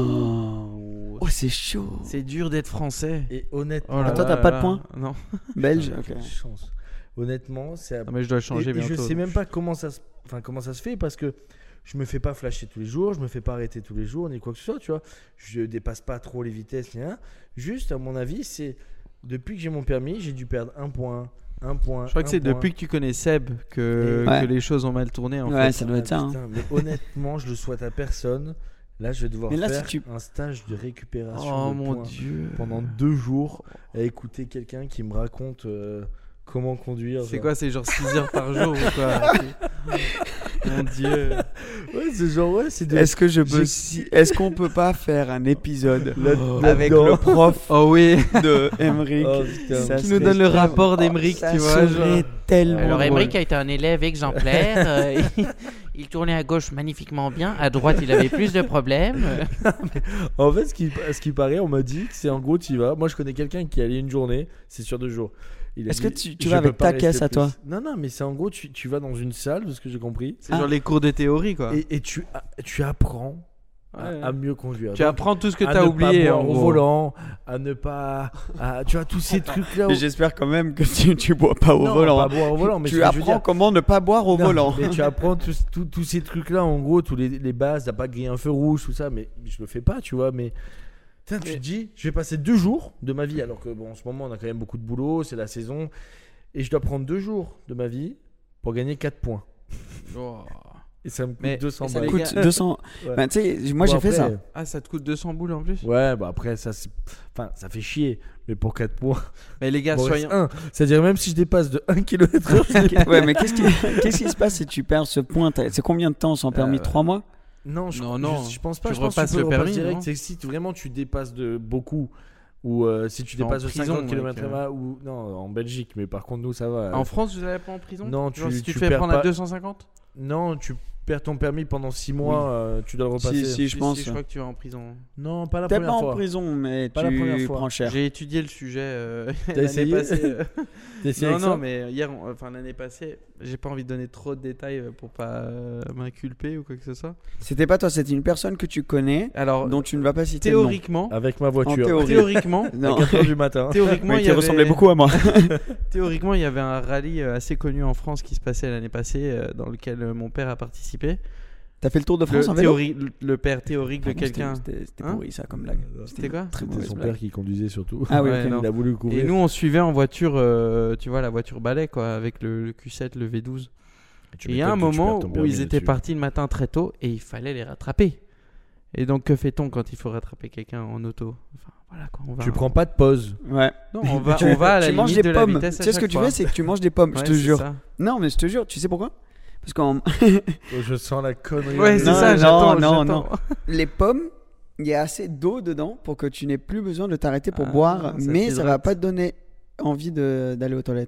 Oh, Oh, c'est chaud. c'est dur d'être français. Et honnêtement, Oh là Ah, toi, là t'as pas de là. points Non. Belge, Putain, ok. quelle chance. Honnêtement, c'est. Non, mais je dois changer et, et bientôt. je sais donc même pas comment ça, se... enfin, comment ça se fait parce que je me fais pas flasher tous les jours, je me fais pas arrêter tous les jours ni quoi que ce soit, tu vois. Je dépasse pas trop les vitesses ni rien. Juste, à mon avis, c'est depuis que j'ai mon permis, j'ai dû perdre un point, un point. Je crois que un c'est point. depuis que tu connais Seb que, Ouais. que les choses ont mal tourné en Ouais, fait. ça doit être ça. hein. Putain, mais honnêtement, je le souhaite à personne. Là, je vais devoir Mais là, faire si tu- un stage de récupération Oh de mon points dieu. pendant deux jours à écouter quelqu'un qui me raconte euh, comment conduire. C'est genre. quoi, c'est genre six heures par jour ou quoi? Mon dieu. Ouais, c'est genre, ouais, c'est de. Est-ce que je peux J'ai- si... Est-ce qu'on peut pas faire un épisode Là- avec là-dedans. le prof Oh oui. de Emmerich Oh, putain. Ça Qui nous serait donne le tellement- rapport d'Emmerich, ça tu vois, serait genre. tellement Alors, drôle. Emmerich a été un élève exemplaire. euh, il, il tournait à gauche magnifiquement bien. À droite, il avait plus de problèmes. En fait, ce qui, ce qui paraît, on m'a dit que c'est en gros, tu y vas. Moi, je connais quelqu'un qui allait une journée, c'est sur deux jours. Il a Est-ce que dit, tu- tu je vas peux avec pas ta rester caisse à plus. toi Non, non, mais c'est en gros, tu, tu vas dans une salle, de ce que j'ai compris, C'est Ah. genre les cours de théorie quoi. et, et tu, tu apprends à, Ouais. à mieux conduire. Tu Donc, apprends tout ce que à t'as ne oublié pas en boire au gros. volant, à ne pas. à- tu vois, tous ces trucs-là. Mais j'espère quand même que tu, tu bois pas au Non, volant. pas hein. boire au volant, mais ce Tu que je veux apprends dire- comment ne pas boire au Non, volant. Mais tu apprends tous, tous, tous ces trucs-là, en gros, tous les, les bases, t'as pas grillé un feu rouge, tout ça, mais je le fais pas, tu vois. Mais putain, tu te dis, je vais passer deux jours de ma vie, alors que bon, en ce moment, on a quand même beaucoup de boulot, c'est la saison, et je dois prendre deux jours de ma vie pour gagner quatre points. Oh. Et ça me coûte Mais- deux cents et ça, balles. les Écoute, gars- deux cents. Ouais. Ben, tu sais, moi Bon, j'ai fait ça. après, Ah, ça te coûte deux cents boules en plus. Ouais, bah après, ça, c'est. Enfin, ça fait chier, mais pour quatre points. Mais les gars, Bon, soyons. reste un. C'est-à-dire, même si je dépasse de un kilomètre heure, je dépasse. Ouais, mais qu'est-ce qui, qu'est-ce qui se passe si tu perds ce point? T'as- C'est combien de temps sans permis? Euh, trois mois? Non, je, Non, je- non. je, pense pas. Tu je pense que repasses tu peux le repasser permis, direct. non C'est que si tu- vraiment tu dépasses de beaucoup, ou euh, si tu Tu vas en dépasses de prison, cinquante mec, kilomètres euh. heure, ou non, en Belgique, mais par contre nous ça va. En France, vous allez pas en prison? Non, Genre, tu- si tu, tu te fais perds prendre à pas- deux cent cinquante? Non, tu perds ton permis pendant six mois, euh, tu dois le repasser. Si, si, je pense. je crois que tu vas en prison. Non, pas la T'es première pas en fois. prison, mais Pas la première tu fois. prends cher. J'ai étudié le sujet euh, T'as l'année essayé passée. euh. T'as essayé Non, avec non, ça mais hier, on- enfin l'année passée, j'ai pas envie de donner trop de détails euh, pour pas euh, m'inculper ou quoi que ce soit. C'était pas toi, c'était une personne que tu connais, Alors, dont tu ne vas pas citer le nom. théoriquement, Avec ma En voiture. théorie. théoriquement, Non. À quatre heures du matin. théoriquement, Mais il y qui avait, ressemblait beaucoup à moi. théoriquement, il y avait un rallye euh, assez connu en France qui se passait l'année passée, euh, dans lequel euh, mon père a participé. T'as fait le tour de France Le, en vélo? théorie, le, le père théorique de Pardon, quelqu'un. C'était c'était- c'était Hein pourri ça comme blague. C'était quoi Très C'était mauvaise son blague. père qui conduisait surtout. Ah oui, Ouais, ok. non. Il a voulu couvrir. Et nous, on suivait en voiture, euh, tu vois, la voiture balai, quoi, avec le, le Q sept, le V douze. Tu Et il y a un m'étonnes que tu moment perds ton où permis ils étaient là-dessus. partis le matin très tôt et il fallait les rattraper. Et donc, que fait-on quand il faut rattraper quelqu'un en auto? Enfin, voilà quoi, on va. Tu prends pas de pause. Ouais. Non, on va, Tu- on va à la tu manges limite des de la pommes. vitesse. Tu à sais ce que chaque tu fois. fais, c'est que tu manges des pommes, je Ouais, te c'est jure. ça. Non, mais je te jure, tu sais pourquoi? Parce qu'en Oh, je sens la connerie. Ouais, c'est Non, ça, non, j'attends. non, j'attends. les pommes, il y a assez d'eau dedans pour que tu n'aies plus besoin de t'arrêter pour Ah, boire, ça mais ça va t'hydrate. pas te donner envie de- d'aller aux toilettes.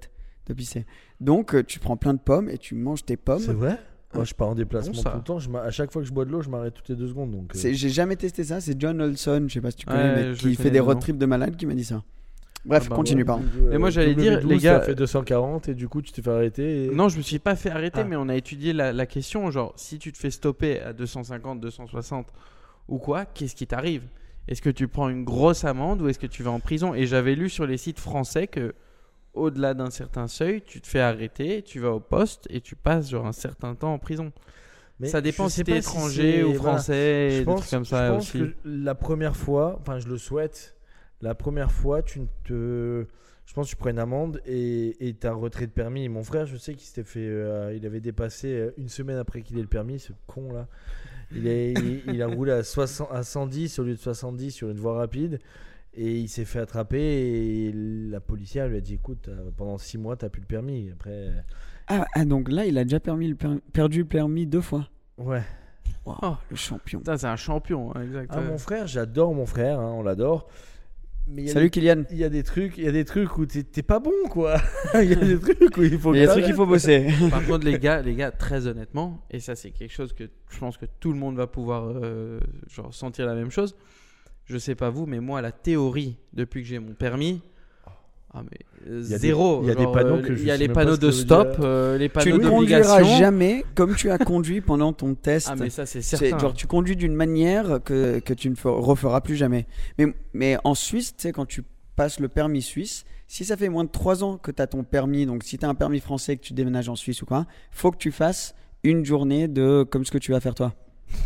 de pisser. Donc, euh, tu prends plein de pommes et tu manges tes pommes. C'est vrai? Moi, je pars en déplacement Bon, ça. tout le temps. Je m'a- à chaque fois que je bois de l'eau, je m'arrête toutes les deux secondes. Donc, euh, C'est- J'ai jamais testé ça. C'est John Olson, je sais pas si tu connais, Ouais, mais je qui le fait connais des de road nom. trips de malade qui m'a dit ça. Bref, Ah bah continue, ouais. pardon. Mais moi, j'allais dire, W douze, les gars- ça fait deux cent quarante et du coup, tu t'es fait arrêter. Et... Non, je me suis pas fait arrêter, Ah. mais on a étudié la, la question. Genre, si tu te fais stopper à deux cent cinquante, deux cent soixante ou quoi, qu'est-ce qui t'arrive? Est-ce que tu prends une grosse amende ou est-ce que tu vas en prison? Et j'avais lu sur les sites français que au-delà d'un certain seuil, tu te fais arrêter, tu vas au poste et tu passes genre un certain temps en prison. Mais ça dépend je si sais t'es pas si étranger c'est- ou voilà. français, Je et des pense, trucs comme je ça pense aussi. que la première fois, enfin, je le souhaite, la première fois, tu ne te. Je pense que tu prends une amende et tu as un retrait de permis. Mon frère, je sais qu'il s'était fait. euh, il avait dépassé euh, une semaine après qu'il ait le permis, ce con là. Il, est, il, il a roulé à, soixante, à cent dix au lieu de soixante-dix sur une voie rapide et il s'est fait attraper. Et la policière lui a dit écoute, euh, pendant six mois, tu n'as plus le permis. Après, Ah, ah, donc là, il a déjà permis le per- perdu le permis deux fois. ouais. Wow, Oh. le champion. Putain, c'est un champion, hein, Ah, exactement. mon frère, j'adore mon frère, hein, on l'adore. Mais il y a Salut des- Kylian. Il y a des trucs, il y a des trucs où t'es, t'es pas bon quoi. Il y a des trucs où il faut. Il y a des que trucs qu'il faut bosser. Par contre, les gars, les gars, très honnêtement, et ça, c'est quelque chose que je pense que tout le monde va pouvoir euh, genre, sentir la même chose. Je sais pas vous, mais moi, la théorie, depuis que j'ai mon permis, ah, mais euh, Il y a des- zéro. il y a des Genre, panneaux euh, que je Il y a sais les même pas panneaux ce que de ça veut stop, dire. euh, les Tu panneaux ne conduiras d'obligation. jamais comme tu as conduit pendant ton test. Ah, mais ça, c'est C'est certain. genre tu conduis d'une manière que, que tu ne fer- referas plus jamais. Mais, mais en Suisse, tu sais, quand tu passes le permis suisse, si ça fait moins de trois ans que tu as ton permis, donc si tu as un permis français et que tu déménages en Suisse ou quoi, faut que tu fasses une journée de comme ce que tu vas faire toi.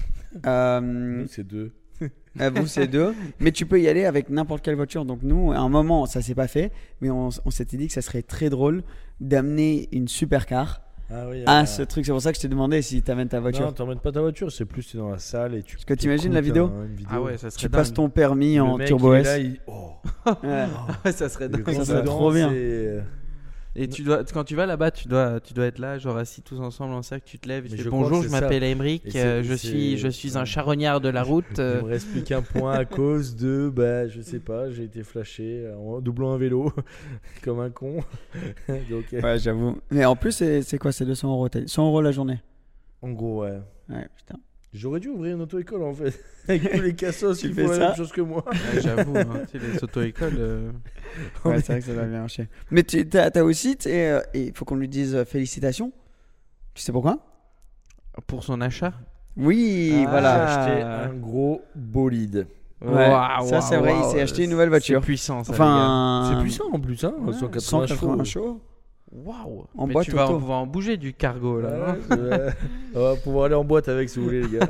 Euh, Nous, c'est deux. euh, vous, c'est deux. Mais tu peux y aller avec n'importe quelle voiture. Donc nous, à un moment, ça s'est pas fait, mais on, on s'était dit que ça serait très drôle d'amener une supercar Ah oui. à euh, ce truc. C'est pour ça que je t'ai demandé si tu amènes ta voiture. Non, t'emmènes pas ta voiture, c'est plus t'es dans la salle et tu. Parce que t'imagines la vidéo Ah ouais, ça serait Tu dingue. passes ton permis Le en mec, Turbo il est S. là, il- oh, Ouais. Ouais, ça serait il dingue. est Ça serait dedans, trop bien. c'est- Et tu dois, quand tu vas là-bas, tu dois, tu dois être là, genre assis tous ensemble en cercle, tu te lèves, tu Mais fais je crois bonjour, que je c'est ça. m'appelle Aymeric, Et c'est- euh, je c'est- suis, je suis un ouais. charognard de la route. Il euh, me reste plus qu'un point à cause de, bah, je sais pas, j'ai été flashé en doublant un vélo comme un con. Donc, euh, Ouais, j'avoue. Mais en plus, c'est c'est quoi? C'est deux cents euros. t'as dit cent euros la journée. en gros, ouais. Ouais, putain. J'aurais dû ouvrir une auto-école en fait. Avec tous les cassos Tu qui fais font la ça même chose que moi. ouais, j'avoue, hein, tu sais, les auto-écoles. euh, Ouais, c'est vrai que ça va bien marcher. Mais tu as, aussi, tu sais, euh, et il faut qu'on lui dise euh, félicitations. Tu sais pourquoi? Pour son achat. Oui, Ah. J'ai voilà. acheté un gros bolide. Ouais, Waouh, ça, c'est waouh, vrai, il waouh, s'est acheté une c'est- nouvelle voiture. C'est puissant, ça. Enfin, C'est puissant en plus, hein. ouais, cent quatre-vingts cent quatre-vingts chevaux. chevaux. les gars. Waouh. En Mais boîte tu vas auto. pouvoir en bouger du cargo là. Ouais, ouais. On va pouvoir aller en boîte avec si vous voulez, les gars.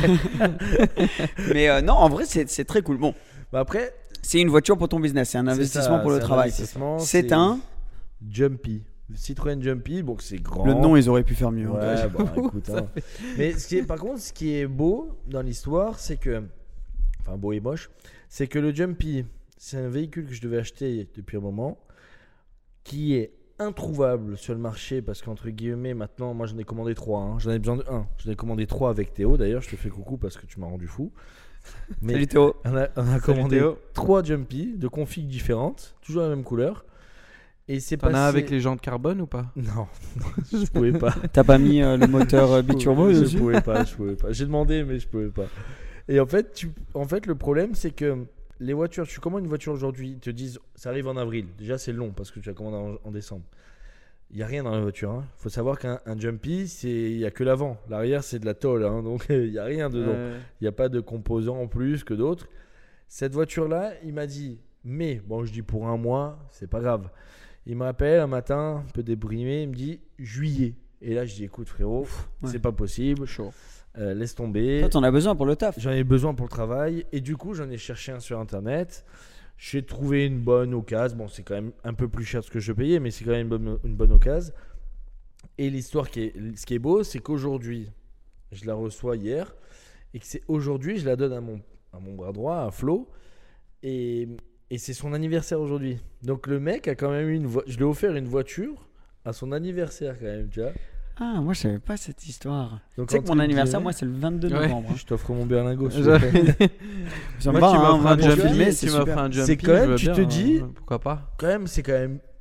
Mais euh, non, en vrai, c'est c'est très cool. Bon, Bah après, c'est une voiture pour ton business, c'est un c'est investissement ça, pour le c'est un travail. investissement, C'est un. Jumpy. Citroën Jumpy, donc c'est grand. Le nom, ils auraient pu faire mieux. Ouais, hein. bah écoute. hein. Mais ce qui est, par contre, ce qui est beau dans l'histoire, c'est que. Enfin, beau et moche. C'est que le Jumpy, c'est un véhicule que je devais acheter depuis un moment. Qui est introuvable sur le marché parce qu'entre guillemets, maintenant, moi j'en ai commandé trois. hein. J'en ai besoin de un. J'en ai commandé trois avec Théo. D'ailleurs, je te fais coucou parce que tu m'as rendu fou. Mais Salut Théo. on a, on a commandé Théo. trois Jumpy de configs différentes, toujours la même couleur. Et c'est T'en passé. as avec les jantes carbone ou pas? Non, je pouvais pas. T'as pas mis euh, le moteur euh, biturbo je dessus? pouvais pas, je pouvais pas. J'ai demandé, mais je pouvais pas. Et en fait, tu... en fait, le problème, c'est que les voitures, tu commandes une voiture aujourd'hui, ils te disent, ça arrive en avril. Déjà, c'est long parce que tu as commandé en, en décembre. Il y a rien dans la voiture. Il faut savoir qu'un un Jumpy, c'est il y a que l'avant. L'arrière, c'est de la tôle, hein, donc il y a rien dedans. Euh, Il n'y a pas de composants en plus que d'autres. Cette voiture-là, il m'a dit, mais bon, je dis pour un mois, c'est pas grave. Il me rappelle un matin, un peu déprimé, il me dit juillet. Et là, je dis écoute, frérot, ouais. c'est pas possible. chaud. Euh, laisse tomber. Toi, t'en as besoin pour le taf. J'en ai besoin pour le travail. Et du coup, j'en ai cherché un sur internet. J'ai trouvé une bonne occasion. Bon, c'est quand même un peu plus cher que ce que je payais, mais c'est quand même une bonne, une bonne occasion. Et l'histoire qui est, ce qui est beau, c'est qu'aujourd'hui, je la reçois hier. Et que c'est aujourd'hui, je la donne à mon, à mon bras droit, à Flo. Et, et c'est son anniversaire aujourd'hui. Donc le mec a quand même eu une voiture. Je lui ai offert une voiture à son anniversaire quand même, tu vois. Ah, moi, je savais pas cette histoire. Donc, Tu sais que entre mon anniversaire, guillemets, moi, c'est le vingt-deux Ouais. novembre. hein. je t'offre mon berlingot. s'il te J'avais- plaît. Ça Moi, me va, tu hein, m'offres moi, un pour jumpy, filmer, tu c'est m'offres super. un C'est jumpy, quand même, je veux tu bien, te dis- hein, pourquoi pas? Quand même, c'est quand même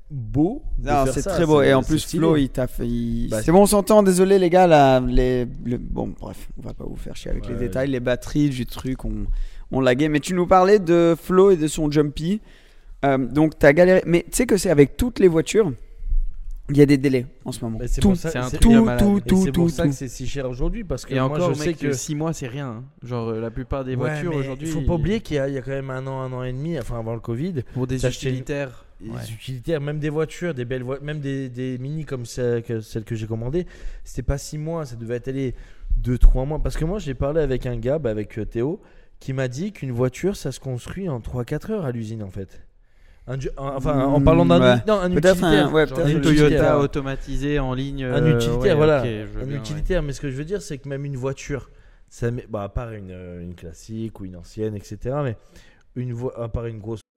beau. de Non, faire c'est ça, très beau. Et en c'est plus, stylé. Flo, il t'a fait. il- Bah, c'est bon, on s'entend. Désolé, les gars. Là, les... le- Bon, bref, on va pas vous faire chier avec Ouais. les détails. Les batteries du truc, on, on laguait. Mais tu nous parlais de Flo et de son Jumpy. Euh, donc, t'as galéré. Mais tu sais que c'est avec toutes les voitures, il y a des délais en ce moment. Mais c'est tout, pour ça- c'est un c'est- truc de tout, malade. tout, Et tout, c'est pour tout, ça tout. que c'est si cher aujourd'hui parce que Et moi encore, je sais mec, que six mois, c'est rien. hein. Genre, euh, la plupart des Ouais, voitures mais aujourd'hui. il faut pas oublier qu'il y a, il y a quand même un an, un an et demi, enfin avant le Covid, Pour des t'achetais une- utilitaires. les Ouais. utilitaires, même des voitures, des belles voitures, même des, des mini comme celle que, celle que j'ai commandée, c'était pas six mois, ça devait être aller deux trois mois. Parce que moi j'ai parlé avec un gars, bah, avec euh, Théo, qui m'a dit qu'une voiture ça se construit en trois quatre heures à l'usine en fait. Un ju- un- enfin en parlant d'un Ouais. non, un Peut-être utilitaire. un- ouais, Genre peut-être une un Toyota utilitaire. automatisée en ligne. Un euh, utilitaire, ouais, voilà. ok, je veux un bien, ouais. utilitaire, mais ce que je veux dire, c'est que même une voiture, ça met, bah, à part une, euh, une classique ou une ancienne, et cetera, mais une vo- à part une grosse.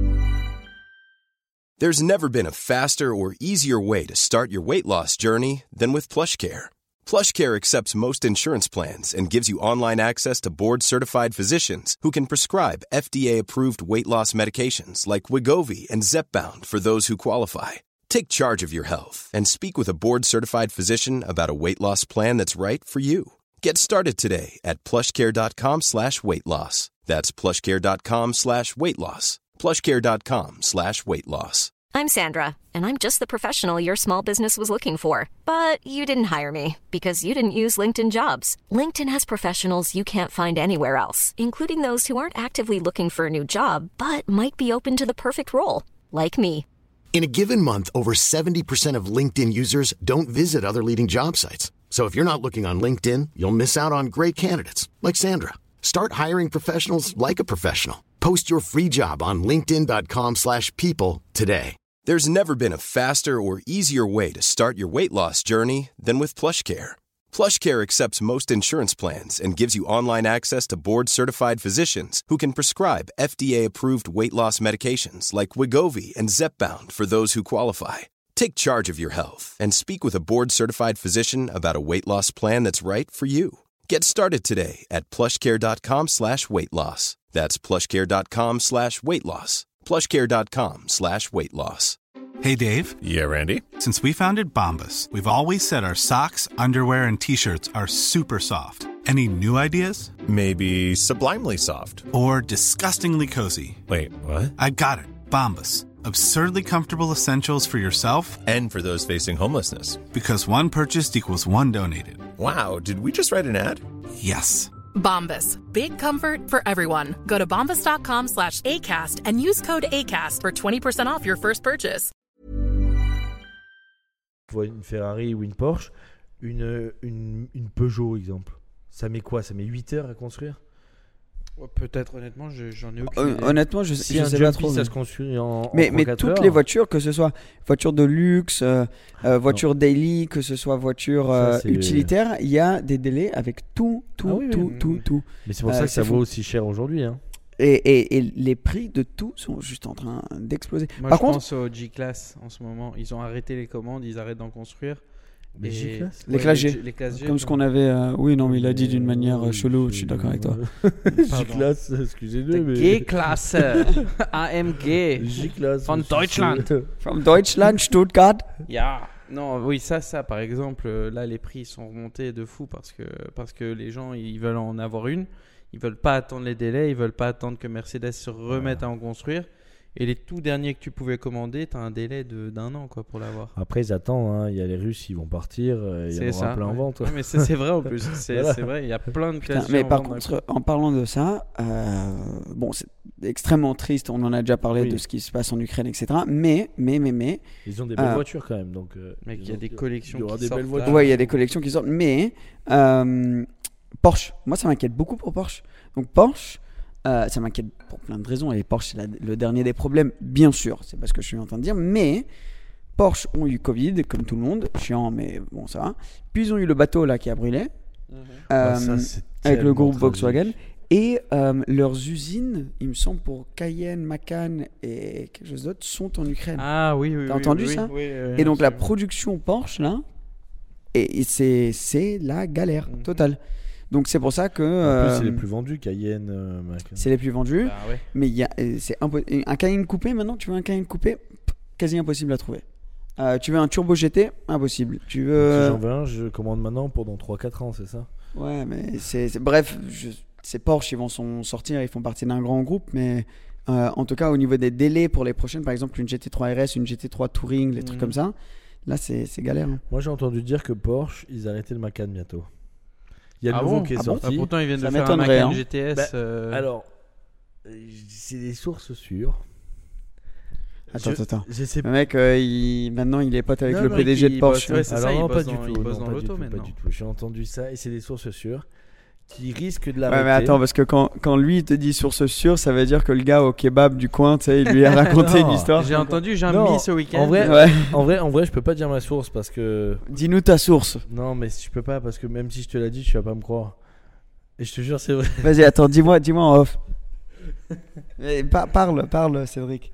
There's never been a faster or easier way to start your weight loss journey than with PlushCare. PlushCare accepts most insurance plans and gives you online access to board-certified physicians who can prescribe F D A-approved weight loss medications like Wegovy and Zepbound for those who qualify. Take charge of your health and speak with a board-certified physician about a weight loss plan that's right for you. Get started today at plushcare.com slash weight loss. That's plushcare.com slash weight loss. plushcare.com slash weight loss. I'm Sandra, and I'm just the professional your small business was looking for. But you didn't hire me because you didn't use LinkedIn Jobs. LinkedIn has professionals you can't find anywhere else, including those who aren't actively looking for a new job, but might be open to the perfect role, like me. In a given month, over seventy percent of LinkedIn users don't visit other leading job sites. So if you're not looking on LinkedIn, you'll miss out on great candidates like Sandra. Start hiring professionals like a professional. Post your free job on linkedin.com slash people today. There's never been a faster or easier way to start your weight loss journey than with PlushCare. PlushCare accepts most insurance plans and gives you online access to board-certified physicians who can prescribe F D A-approved weight loss medications like Wegovy and Zepbound for those who qualify. Take charge of your health and speak with a board-certified physician about a weight loss plan that's right for you. Get started today at plushcare.com slash weight loss. That's plushcare.com slash weight loss. plushcare.com slash weight loss. Hey, Dave. Yeah, Randy. Since we founded Bombas, we've always said our socks, underwear, and T-shirts are super soft. Any new ideas? Maybe sublimely soft. Or disgustingly cozy? Wait, what? I got it. Bombas. Absurdly comfortable essentials for yourself And for those facing homelessness. because one purchased equals one donated. Wow, did we just write an ad? Yes. Bombas. Big comfort for everyone. Go to bombas.com slash ACAST and use code ACAST for twenty percent off your first purchase. Une Ferrari ou une Porsche, une, une, une Peugeot, exemple. Ça met quoi? Ça met huit heures à construire? Ouais, peut-être, honnêtement, je- j'en ai aucune Hon- idée. Honnêtement, je, Si je un sais pas Jumpy, trop. ça mais- se construit en. Mais, en mais trois, quatre toutes heures. les voitures, que ce soit voiture de luxe, euh, euh, voiture daily, que ce soit voiture Ça, euh, c'est- utilitaire, il y a des délais avec tout, tout, Ah oui, oui. tout, tout, tout. Mais c'est pour Euh, ça que c'est ça fou. vaut aussi cher aujourd'hui. Hein. Et, et, et les prix de tout sont juste en train d'exploser. Moi, Par je contre, pense aux G-Class en ce moment. Ils ont arrêté les commandes, ils arrêtent d'en construire. Les Et- G-Class Les classes G. G- Les classes G. comme ce qu'on avait. euh, oui, non, mais il a dit d'une manière euh, Oui, chelou, je c'est- suis d'accord avec toi. G-Class, excusez-le. Die mais... G-Klasse. A M G. G-Class. Von aussi, Deutschland. c'est- From Deutschland, Stuttgart. Ja. Non, oui, ça, ça, par exemple, euh, là, les prix sont remontés de fou parce que, parce que les gens, ils veulent en avoir une. Ils veulent pas attendre les délais, ils veulent pas attendre que Mercedes se remette à en construire. Et les tout derniers que tu pouvais commander, tu as un délai de, d'un an quoi, pour l'avoir. Après, ils attendent. hein. Il y a les Russes, ils vont partir. euh, Il y en C'est aura ça. plein en ouais. vente. Ouais, mais c'est, c'est vrai en plus. C'est, Voilà. c'est vrai, il y a plein de Putain, classes G mais en par vente d'un contre, en parlant de ça, euh, bon, c'est extrêmement triste. On en a déjà parlé Oui. de ce qui se passe en Ukraine, et cetera. Mais, mais, mais, mais, Ils ont des belles Ah. voitures quand même. Donc, euh, Mec, ils il y a ont- des collections il y aura qui des sortent belles là. voitures. ouais, il y a des collections qui sortent. Mais euh, Porsche, moi, ça m'inquiète beaucoup pour Porsche. Donc Porsche. Euh, ça m'inquiète pour plein de raisons. Et Porsche, c'est la- le dernier des problèmes, bien sûr. C'est pas ce que je suis en train de dire. Mais Porsche ont eu Covid, comme tout le monde. Chiant, mais bon, ça va. Puis ils ont eu le bateau là qui a brûlé. Ah, Euh, ça, c'est avec le tellement groupe tragique. Volkswagen. Et euh, leurs usines, il me semble, pour Cayenne, Macan et quelque chose d'autre, sont en Ukraine. Ah oui, oui. T'as oui, entendu oui, ça oui, oui, et donc la absolument. production Porsche, là, et, et c'est, c'est la galère Mhm. totale. Donc c'est pour ça que... En plus, euh, c'est les plus vendus. Cayenne, euh, Macan. c'est les plus vendus. Bah ouais. Mais il y a, euh, c'est impo- un Cayenne coupé maintenant, tu veux un Cayenne coupé quasi impossible à trouver. Euh, tu veux un Turbo G T? Impossible. Tu veux... Si j'en veux un, je commande maintenant pour dans trois quatre ans, c'est ça? Ouais, mais c'est, c'est... bref, je... c'est Porsche, ils vont s'en sortir, ils font partie d'un grand groupe, mais euh, en tout cas au niveau des délais pour les prochaines, par exemple une G T trois R S, une G T trois Touring, les mmh. trucs comme ça, là c'est, c'est galère. Hein. Moi j'ai entendu dire que Porsche, ils arrêtaient le Macan bientôt. Il y a le ah nouveau bon qui est ah sorti. Bon ah, pourtant ils viennent ça de faire un Macan hein. G T S. Bah, euh... Alors, c'est des sources sûres. Attends, je, attends. Je sais... Le mec, euh, il... maintenant il est pote avec non, le non, P D G il de Porsche. Bosse, ouais, c'est Alors ça, non, il pas bosse du dans, tout. il bosse non, dans pas l'auto du tout, maintenant. Pas du tout. J'ai entendu ça et c'est des sources sûres qui risquent de l'arrêter. Ouais, mais attends, parce que quand, quand lui il te dit source sûre, ça veut dire que le gars au kebab du coin, tu sais, il lui a raconté une histoire. J'ai entendu, j'ai un non, mis ce week-end. En vrai, ouais. en vrai, en vrai, je peux pas dire ma source parce que. Dis-nous ta source. Non, mais je peux pas parce que même si je te l'ai dit, tu vas pas me croire. Et je te jure, c'est vrai. Vas-y, attends, dis-moi, dis-moi en off. Mais, pa- parle, parle, Cédric.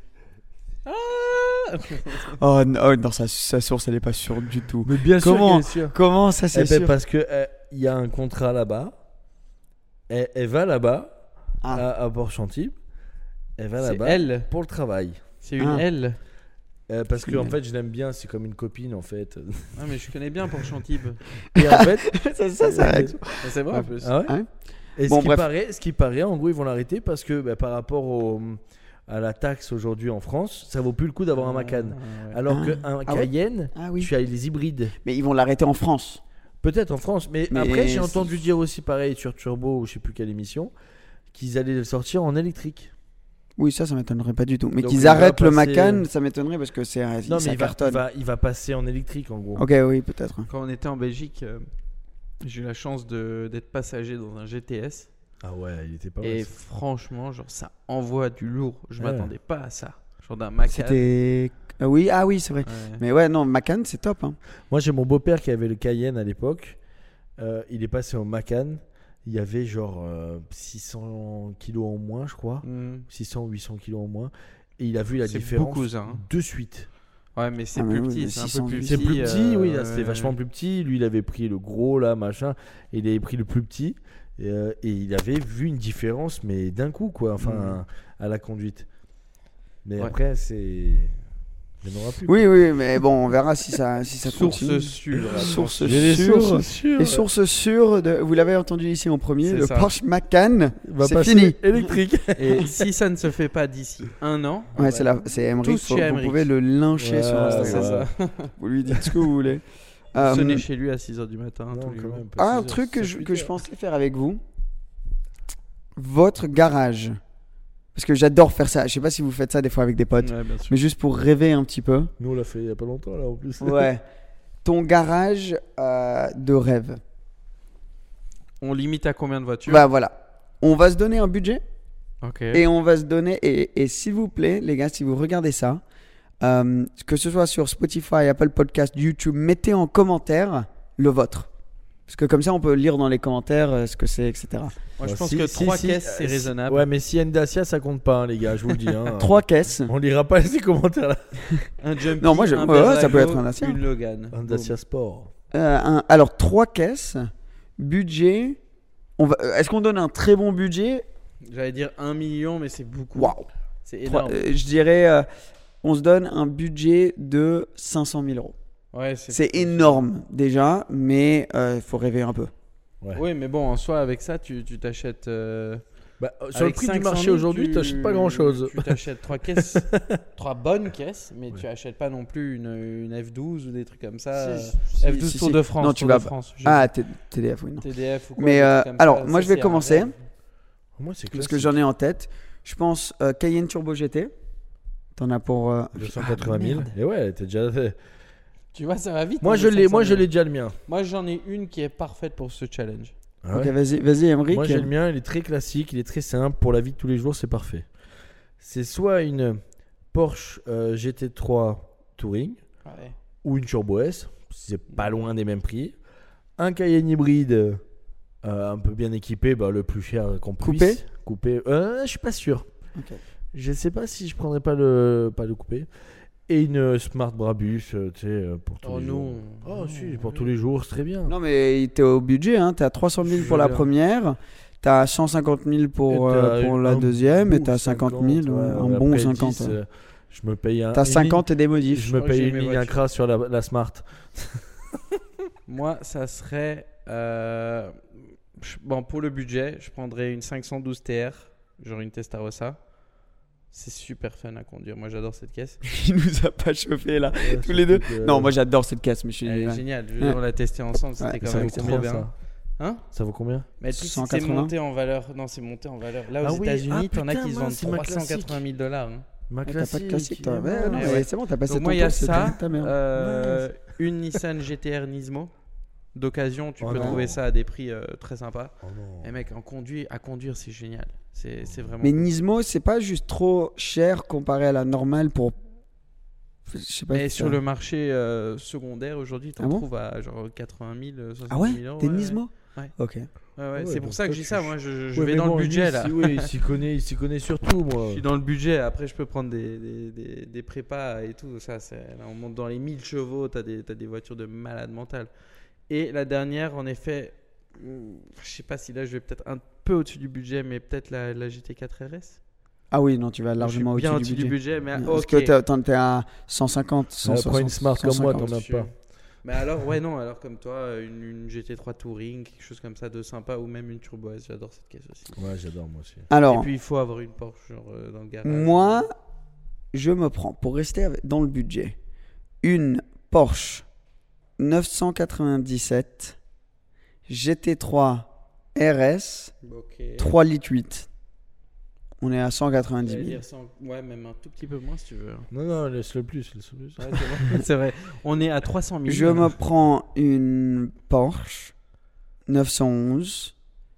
oh, non, oh non, sa, sa source, elle est pas sûre du tout. Mais bien comment, sûr, sûr. Comment ça, c'est eh ben, sûr parce que il euh, y a un contrat là-bas. Elle, elle va là-bas ah. à, à Port-Chantib. Elle va c'est là-bas elle. pour le travail. C'est une ah. elle. Euh, parce que en fait, je l'aime bien. C'est comme une copine en fait. Ah mais je connais bien Port-Chantib. Et en fait, ça, ça, ça, ça, c'est vrai en plus. Ah ouais hein Et bon, ce, qui bref. paraît, ce qui paraît, en gros, ils vont l'arrêter parce que bah, par rapport au, à la taxe aujourd'hui en France, ça vaut plus le coup d'avoir un Macan. Ah, ouais. Alors ah. qu'un ah Cayenne, ouais ah, oui. tu as les hybrides. Mais ils vont l'arrêter en France. Peut-être en France, mais, mais après j'ai c'est... entendu dire aussi pareil sur Turbo ou je sais plus quelle émission qu'ils allaient le sortir en électrique. Oui, ça, ça m'étonnerait pas du tout. Mais donc qu'ils arrêtent le passer... Macan, ça m'étonnerait parce que c'est non, ça mais il va, cartonne. il, va, il va passer en électrique en gros. Ok, oui, peut-être. Quand on était en Belgique, euh, j'ai eu la chance de, d'être passager dans un G T S. Ah ouais, il était pas mal. Et ça. franchement, genre ça envoie du lourd. Je ouais. m'attendais pas à ça. Genre d'un Macan. C'était. Ah oui, ah oui, c'est vrai. Ouais. Mais ouais, non, Macan, c'est top. Hein. Moi, j'ai mon beau-père qui avait le Cayenne à l'époque. Euh, il est passé au Macan. Il y avait genre euh, six cents kilos en moins, je crois. Mm. six cents ou huit cents kilos en moins. Et il a vu la C'est différence beaucoup, ça, hein. de suite. Ouais, mais c'est Ah, plus mais petit. oui, c'est un six cents, peu plus petit. C'est plus petit, euh, oui, là, c'était ouais, vachement ouais. plus petit. Lui, il avait pris le gros, là, machin. Et il avait pris le plus petit. Et, euh, et il avait vu une différence, mais d'un coup, quoi. Enfin, Mm. à, à la conduite. Mais Ouais. après, c'est. Il n'y en aura plus. Oui, oui, mais bon, on verra si ça, si ça Source continue. sûre. Source J'ai les sûre. sources sûres. Les sources sûres, de, vous l'avez entendu ici en premier, C'est le ça. Porsche Macan, Va c'est passer fini. électrique. Et si ça ne se fait pas d'ici un an, Ouais, c'est, la, c'est Emmerich, Tous faut- chez vous Emmerich. pouvez le lyncher Ouais, sur ouais. c'est Instagram. ça. Vous lui dites ce que vous voulez. Euh, Sonnez chez lui à six heures du matin. Non, tous les quand jours. même, pas ah, un six heures, truc que sept, je, huit que je heures. pensais faire avec vous, votre garage. Parce que j'adore faire ça. Je sais pas si vous faites ça des fois avec des potes, Ouais, bien sûr. mais juste pour rêver un petit peu. Nous, on l'a fait il n'y a pas longtemps, là, en plus. Ouais. Ton garage euh, de rêve. On limite à combien de voitures? Bah voilà. On va se donner un budget Ok. et on va se donner. Et, et s'il vous plaît, les gars, si vous regardez ça, euh, que ce soit sur Spotify, Apple Podcast, YouTube, mettez en commentaire le vôtre. Parce que comme ça, on peut lire dans les commentaires euh, ce que c'est, et cetera. Moi, je Bah, pense si- que si- trois si, caisses, euh, c'est si- raisonnable. Ouais, mais si y a une Dacia, ça compte pas, hein, les gars, je vous le dis. Hein. Trois caisses. On lira pas ces commentaires là. Un Jumpy, Non, moi, je- un ouais, ouais, ça Bellagio, peut être un Dacia. Une Logan. Un Dacia Sport. Euh, un- alors, trois caisses, budget. On va, euh, est-ce qu'on donne un très bon budget? J'allais dire un million, mais c'est beaucoup. Waouh. C'est Trois- énorme. euh, Je dirais, euh, on se donne un budget de cinq cent mille euros. Ouais, C'est énorme déjà, mais il euh, faut rêver un peu. Ouais. Oui, mais bon, en soi, avec ça, tu tu t'achètes. euh, Bah, euh, sur le avec prix du cinq cent marché mille, aujourd'hui, tu- tu n'achètes pas grand chose. Tu t'achètes trois caisses, trois bonnes caisses, mais tu achètes pas non plus une, une F douze ou des trucs comme ça. Si, euh, si, F douze si, Tour si. de France. Non, tu Tour vas de pas- France. je- Ah, T- TDF, oui, non. T D F ou quoi. Mais des euh, trucs comme alors, ça, moi ça, je vais c'est un commencer rêve. Moi, c'est parce que j'en ai en tête. Je pense euh, Cayenne Turbo G T. T'en as pour euh, deux cent quatre-vingt mille. Ah, merde. Et ouais, t'es déjà fait. Tu vois, ça va vite. Moi, hein, je les l'ai, moi, je cinq cent mille. l'ai déjà le mien. Moi, j'en ai une qui est parfaite pour ce challenge. Ah Ok, ouais. vas-y, vas-y, Emmerich. Moi, j'ai le mien. Il est très classique. Il est très simple pour la vie de tous les jours. C'est parfait. C'est soit une Porsche euh, G T trois Touring Ouais. ou une Turbo S. C'est pas loin des mêmes prix. Un Cayenne hybride euh, un peu bien équipé, bah, le plus cher qu'on puisse. Coupé Coupé. Euh, je suis pas sûr. Ok. Je sais pas si je prendrais pas le pas le coupé. Et une Smart Brabus, euh, tu sais, euh, pour tous Oh les non. jours. Oh si, pour tous les jours, c'est très bien. Non, mais t'es au budget. Hein. T'as trois cent mille Je pour la veux dire. première. T'as cent cinquante mille pour, Et euh, t'as pour un la deuxième. Et bon t'as cinquante mille. ouais, ouais, un après bon le cinquante. dix, ouais. euh, Je me paye un. T'as une cinquante ligne- et des modifs. Je me Moi, paye j'ai une mes ligne voitures. Incra sur la, la Smart. Moi, ça serait. euh, je- Bon, pour le budget, je prendrais une cinq cent douze T R, genre une Testarossa. C'est super fun à conduire. Moi, j'adore cette caisse. Il nous a pas chauffé là, Ouais, tous les deux. surtout que- Non, moi j'adore cette caisse, mais je suis. Elle est ouais. géniale. Je- Ouais. On l'a testé ensemble. C'était Ouais, quand Ça même vaut trop combien bien. ça Hein Ça vaut combien Mais le truc, c'est cent que c'est quatre-vingts. monté en valeur. Non, c'est monté en valeur. Là, aux Ah oui, États-Unis, ah, t'en as putain, qui se vendent mince, c'est ma trois cent quatre-vingt mille dollars. hein. Ma Ouais, T'as pas de classique, toi. Ouais, ouais, non, ouais. mais c'est bon, t'as passé Donc, ton moi, il y a tour, c'est ça. ta merde. euh, une Nissan G T R Nismo d'occasion. Tu Oh peux non. trouver ça à des prix euh, très sympas. Oh non. Et mec, en conduit, à conduire, c'est génial. C'est c'est vraiment. Mais cool. Nismo, c'est pas juste trop cher comparé à la normale pour. Je sais pas. Mais si sur ça- le marché euh, secondaire aujourd'hui, tu en Ah bon trouves à genre quatre-vingt mille, soixante Ah ouais mille euros. T'es ouais, Nismo Ouais. Ok. Ouais, ouais, Ouais, c'est donc pour ça que toi, je dis tu- ça. Moi, je, je Ouais, vais mais dans bon, le budget lui, là. si- Oui, il s'y connaît, il s'y connaît surtout, moi. Je suis dans le budget. Après, je peux prendre des, des, des, des prépas et tout. Ça, c'est, là, on monte dans les mille chevaux. Tu as des, t'as des voitures de malade mental. Et la dernière, en effet, hmm, je sais pas si là, je vais peut-être un peu au-dessus du budget, mais peut-être la, la G T quatre R S. Ah oui, non, tu vas Je suis largement bien au-dessus du budget. mais Parce ok. que t'es, attends, t'es à cent cinquante, cent soixante. prends une Smart comme moi, cent cinquante. t'en as Je- pas. Mais alors, ouais, non, alors comme toi, une, une G T trois Touring, quelque chose comme ça de sympa, ou même une Turbo S, j'adore cette caisse aussi. Ouais, j'adore moi aussi. Alors, Et puis, il faut avoir une Porsche genre, euh, dans le garage. moi, je me prends, pour rester avec- dans le budget, une Porsche neuf cent quatre-vingt-dix-sept G T trois R S Ok. trois litres huit. On est à cent J'allais quatre-vingt-dix mille. dire cent- Ouais, même un tout petit peu moins si tu veux. Non, non, laisse-le plus, laisse-le plus. Ouais, c'est bon. C'est vrai. On est à trois cent mille. Je me prends une Porsche neuf cent onze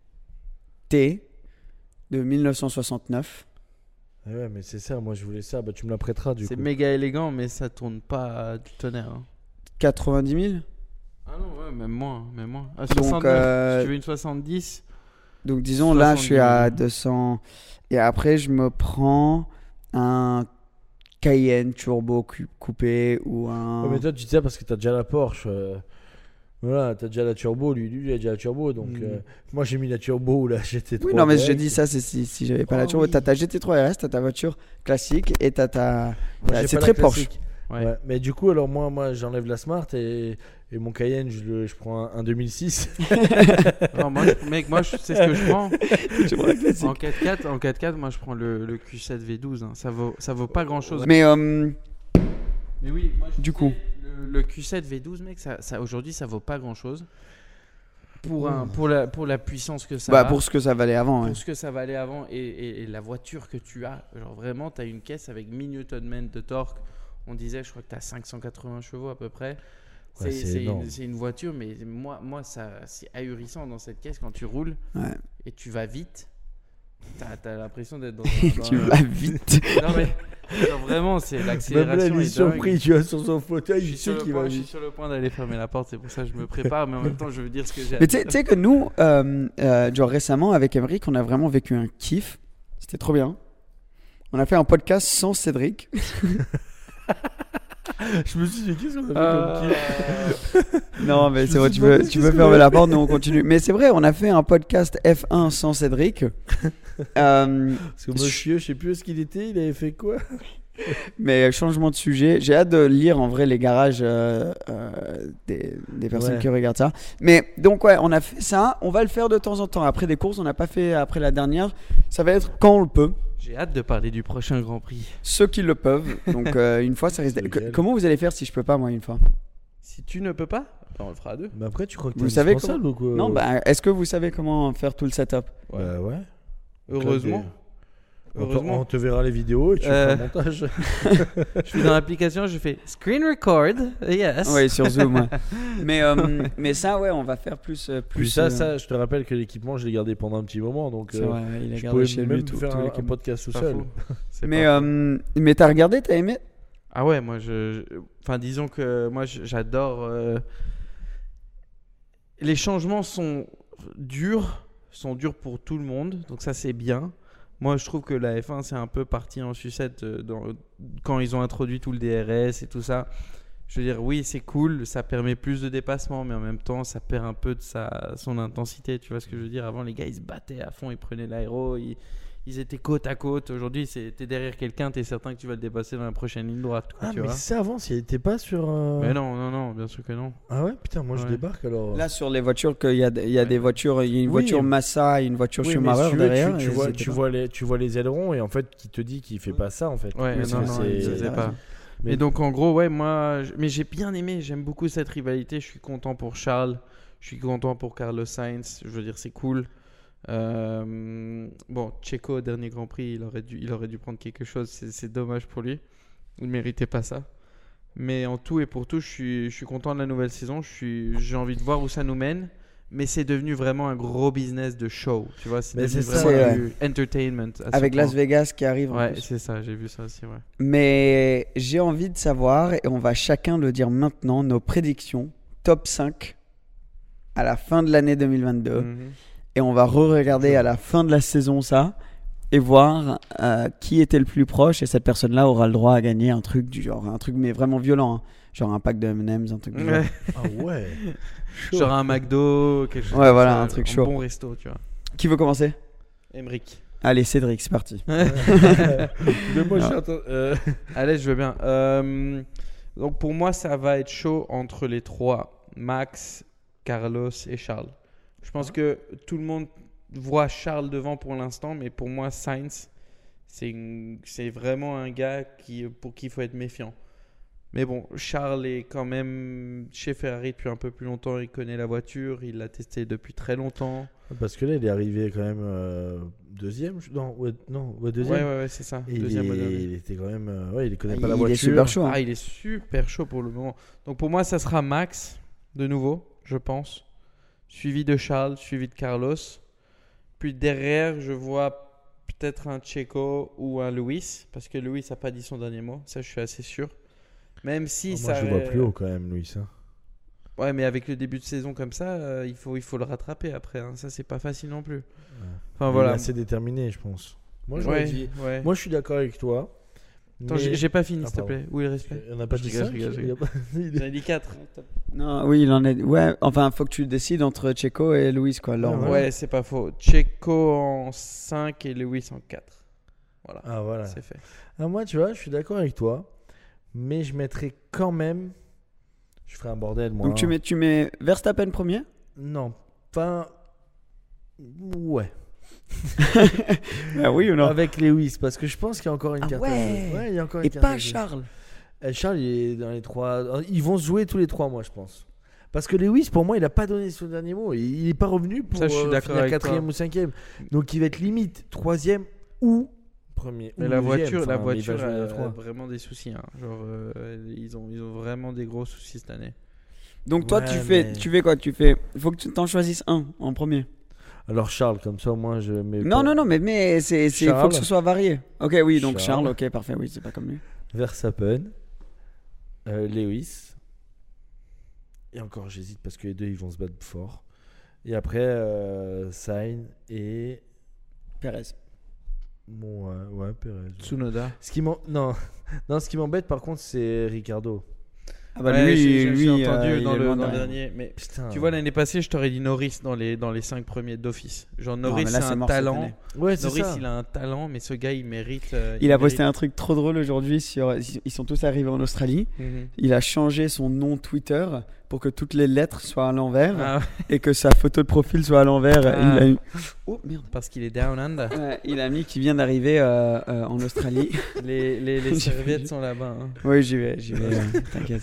T de mille neuf cent soixante-neuf. Ah ouais, mais c'est ça, moi je voulais ça, bah tu me la prêteras du C'est coup. méga élégant, mais ça tourne pas du tonnerre. hein. quatre-vingt-dix mille. Ah non, ouais, même moins. Même moins. Ah, Donc, soixante-neuf, euh, si tu veux une soixante-dix. Donc disons là je suis à soixante-dix mille. deux cents. Et après je me prends un Cayenne turbo cu- coupé ou un... Ouais, mais toi tu dis ça parce que t'as déjà la Porsche. euh, Voilà, t'as déjà la turbo, lui, lui il a déjà la turbo. Donc Mm. euh, moi j'ai mis la turbo ou la G T trois. Oui, non, mais direct. je dis ça, c'est si, si j'avais pas Oh la turbo. oui. T'as ta G T trois R S, t'as ta voiture classique et t'as ta. Moi, Bah, j'ai c'est pas très la Porsche. classique. Ouais. Ouais, mais du coup, alors moi, moi j'enlève la Smart et, et mon Cayenne, je, le, je prends un, un deux mille six. Non, moi, je- mec, moi, je sais ce que je prends. Tu prends la classique. En quatre-quatre, en quatre-quatre, moi, je prends le, le Q sept V douze. hein. Ça vaut, ça vaut pas grand-chose. Mais euh, Mais oui, moi, je Du sais, coup. le, le Q sept V douze, mec, ça, ça, aujourd'hui, ça vaut pas grand-chose. Pour, un, pour, la, pour la puissance que ça bah, a. pour ce que ça valait avant. Pour Ouais. ce que ça valait avant et, et- et la voiture que tu as. Genre vraiment, tu as une caisse avec mille newton-mètres de torque. On disait, je crois que tu as cinq cent quatre-vingts chevaux à peu près. C'est Ouais, c'est c'est énorme. une, c'est une voiture, mais moi, moi ça, c'est ahurissant dans cette caisse quand tu roules Ouais. et tu vas vite. Tu as, l'impression d'être dans un. dans Tu un- vas vite. Non, mais genre, vraiment, c'est Même là, l'accélération. il est est dingue. surpris, tu vois, sur son fauteuil, Je il suis, sur sait le qu'il point, va je suis vite. sur le point d'aller fermer la porte, c'est pour ça que je me prépare, mais en même temps, je veux dire ce que j'ai à Mais tu sais- dire. tu sais que nous, euh, euh, genre récemment, avec Emeric, on a vraiment vécu un kiff. C'était trop bien. On a fait un podcast sans Cédric. Je me suis dit, qu'est-ce qu'on a fait Euh, comme kiff Non, mais Je c'est me vrai, suis tu demandé veux, qu'est-ce tu veux qu'on fermer a la fait. porte, nous on continue. Mais c'est vrai, on a fait un podcast F un sans Cédric. Euh, Parce que monsieur, je sais plus où est-ce qu'il était, il avait fait quoi? mais changement de sujet. J'ai hâte de lire en vrai les garages euh, euh, des, des personnes Ouais. qui regardent ça. Mais donc, ouais, on a fait ça. On va le faire de temps en temps. Après des courses, on n'a pas fait après la dernière. Ça va être quand on le peut. J'ai hâte de parler du prochain Grand Prix. Ceux qui le peuvent. Donc, euh, une fois, ça risque d'être. Lequel Que- Comment vous allez faire si je peux pas, moi, une fois? Si tu ne peux pas, ben, on le fera à deux. Mais après, tu crois que Vous t'es savez indispensable ou quoi? Non, bah, est-ce que vous savez comment faire tout le setup? Bah ouais. Heureusement. On te, Heureusement. on te verra les vidéos et tu Euh, feras le montage. Je suis dans l'application, je fais screen record, yes. Oui, sur Zoom. Ouais. mais, euh, mais ça, ouais, on va faire plus. euh, plus Puis ça, euh, ça, je te rappelle que l'équipement, je l'ai gardé pendant un petit moment. Donc, c'est euh, vrai, il a je gardé pouvais chez même lui tout, faire tout un, un l'équipement. podcast tout Pas seul. faux. C'est Mais, pas faux. euh, mais t'as regardé, t'as aimé? Ah ouais, moi, je, je- enfin, disons que moi, je- j'adore. euh, Les changements sont durs, sont durs pour tout le monde, donc ça c'est bien. Moi, je trouve que la F un c'est un peu parti en sucette euh, dans- quand ils ont introduit tout le D R S et tout ça. Je veux dire, oui, c'est cool, ça permet plus de dépassement, mais en même temps, ça perd un peu de sa, son intensité. Tu vois ce que je veux dire? Avant, les gars, ils se battaient à fond, ils prenaient l'aéro, ils, ils étaient côte à côte. Aujourd'hui, c'est, t'es derrière quelqu'un, t'es certain que tu vas le dépasser dans la prochaine ligne droite. Quoi, Ah, tu mais vois. ça avant, il était pas sur. euh, Mais non, non, non, bien sûr que non. Ah ouais, putain, moi je Ouais. débarque alors. Là, sur les voitures, qu'il y a, il y a Ouais. des voitures, il y a une Oui. voiture Massa et une voiture Oui, mais Schumacher si tu veux, derrière. tu, et tu vois, c'était tu, pas- vois les, tu vois les ailerons et en fait, qui te dit qu'il fait pas ça en fait. Ouais, Oui, non, c'est- non, c'est- il c'est- faisait t'as pas. raison. Mais- Et donc, en gros, ouais, moi, je- mais j'ai bien aimé, j'aime beaucoup cette rivalité. Je suis content pour Charles, je suis content pour Carlos Sainz. Je veux dire, c'est cool. Euh, bon, Checo, dernier Grand Prix, il aurait dû, il aurait dû prendre quelque chose. C'est, c'est dommage pour lui. Il ne méritait pas ça. Mais en tout et pour tout, je suis, je suis content de la nouvelle saison. Je suis, j'ai envie de voir où ça nous mène. Mais c'est devenu vraiment un gros business de show. Tu vois, c'est Mais devenu c'est ça, vraiment ouais. du entertainment. à ce Avec point. Las Vegas qui arrive. en Ouais, plus. c'est ça, j'ai vu ça aussi, ouais. Mais j'ai envie de savoir, et on va chacun le dire maintenant, nos prédictions top cinq à la fin de l'année deux mille vingt-deux. Mhm. Et on va re-regarder à la fin de la saison ça et voir euh, qui était le plus proche. Et cette personne-là aura le droit à gagner un truc du genre, un truc mais vraiment violent. hein. Genre un pack de M and M's, un truc du genre. Ouais. Ah ouais. Genre un McDo, quelque chose Ouais, comme voilà, ça, un truc un chaud. bon resto, tu vois. Qui veut commencer? Emric. Allez, Cédric, c'est parti. Mais moi je suis Ah. atten- euh, Allez, je veux bien. Euh, donc pour moi, ça va être chaud entre les trois, Max, Carlos et Charles. Je pense que tout le monde voit Charles devant pour l'instant, mais pour moi, Sainz, c'est, une- c'est vraiment un gars qui, pour qui il faut être méfiant. Mais bon, Charles est quand même chez Ferrari depuis un peu plus longtemps, il connaît la voiture, il l'a testé depuis très longtemps. Parce que là, il est arrivé quand même euh, deuxième. je- Non, ouais, non, ouais, Ouais, deuxième. ouais, ouais, c'est ça. Et il, Deuxième est- modèle. il était quand même. euh, ouais, il connaît pas Il la est voiture. super chaud. hein. Ah, il est super chaud pour le moment. Donc pour moi, ça sera Max, de nouveau, je pense. Suivi de Charles, suivi de Carlos. Puis derrière, je vois peut-être un Checo ou un Lewis. Parce que Lewis n'a pas dit son dernier mot. Ça, je suis assez sûr. Même si Ah, ça. moi, je le vois plus haut quand même, Louis. Ça. Ouais, mais avec le début de saison comme ça, euh, il, faut, il faut le rattraper après. hein. Ça, c'est pas facile non plus. Enfin Il voilà. est assez déterminé, je pense. Moi, j'aurais Ouais, dit. ouais. Moi, je suis d'accord avec toi. Attends, mais- j'ai, j'ai pas fini, Ah, s'il te pardon. plaît. Où est le respect? On n'a pas Je dit rigole, cinq, je rigole, je il y a pas- il J'en est- ai dit quatre. Non, oui, il en est. Ouais, enfin, faut que tu décides entre Checo et Luis, quoi. l'ordre. Ouais, Ouais, c'est pas faux. Checo en cinq et Lewis en quatre. Voilà, Ah, voilà. c'est fait. Ah, moi, tu vois, je suis d'accord avec toi. Mais je mettrais quand même. Je ferais un bordel, moi. Donc tu hein. mets, tu mets Verstappen premier? Non. Enfin. Ouais. Ah oui ou non? Avec Lewis, parce que je pense qu'il y a encore une Ah carte. ouais. à jouer. Ouais, il y a encore une Et carte pas à jouer. Charles. Euh, Charles, il est dans les trois. Ils vont se jouer tous les trois, moi, je pense. Parce que Lewis, pour moi, il n'a pas donné son dernier mot. Il n'est pas revenu pour Ça, je suis euh, d'accord finir avec quatrième toi. ou cinquième. Donc, il va être limite troisième ou premier. Mais ou la deuxième. voiture, la Enfin, mais il va voiture jouer à a, trois. vraiment des soucis. hein. Genre, euh, ils, ont, ils ont vraiment des gros soucis cette année. Donc toi, Ouais, tu fais, mais- tu fais quoi? Tu fais. Faut que tu t'en choisisses un en premier. Alors, Charles, comme ça, moi, je mets. Non, pas- non, non, mais mais c'est, c'est faut Charles. que ce soit varié. Ok, oui, donc Charles. Charles. Ok, parfait. Oui, c'est pas comme lui. Verstappen, euh, Lewis. Et encore, j'hésite parce que les deux, ils vont se battre fort. Et après, euh, Sainz et. Perez. Bon, ouais, ouais, Perez. Tsunoda. Ce qui m'en- non. non, ce qui m'embête, par contre, c'est Ricardo. Ah bah Ouais, lui, j'ai, j'ai- lui, j'ai entendu euh, il dans, est le, loin dans le derrière. dernier. Mais Putain. tu vois, l'année passée, je t'aurais dit Norris dans les, dans les cinq premiers d'office. Genre, Non, Norris, mais là, c'est c'est un mort cette talent. année. Ouais, c'est Norris, ça. il a un talent, mais ce gars, il mérite. euh, Il a posté mérite- un truc trop drôle aujourd'hui sur. Ils sont tous arrivés en Australie. Mhm. Il a changé son nom Twitter pour que toutes les lettres soient à l'envers Ah, et que sa photo de profil soit à l'envers. Ah. Il a eu- Oh merde. parce qu'il est down under. Ouais, il a mis qui vient d'arriver euh, euh, en Australie. Les, les, les J'ai serviettes vu. sont là-bas. hein. Oui, j'y vais, j'y vais. euh, T'inquiète,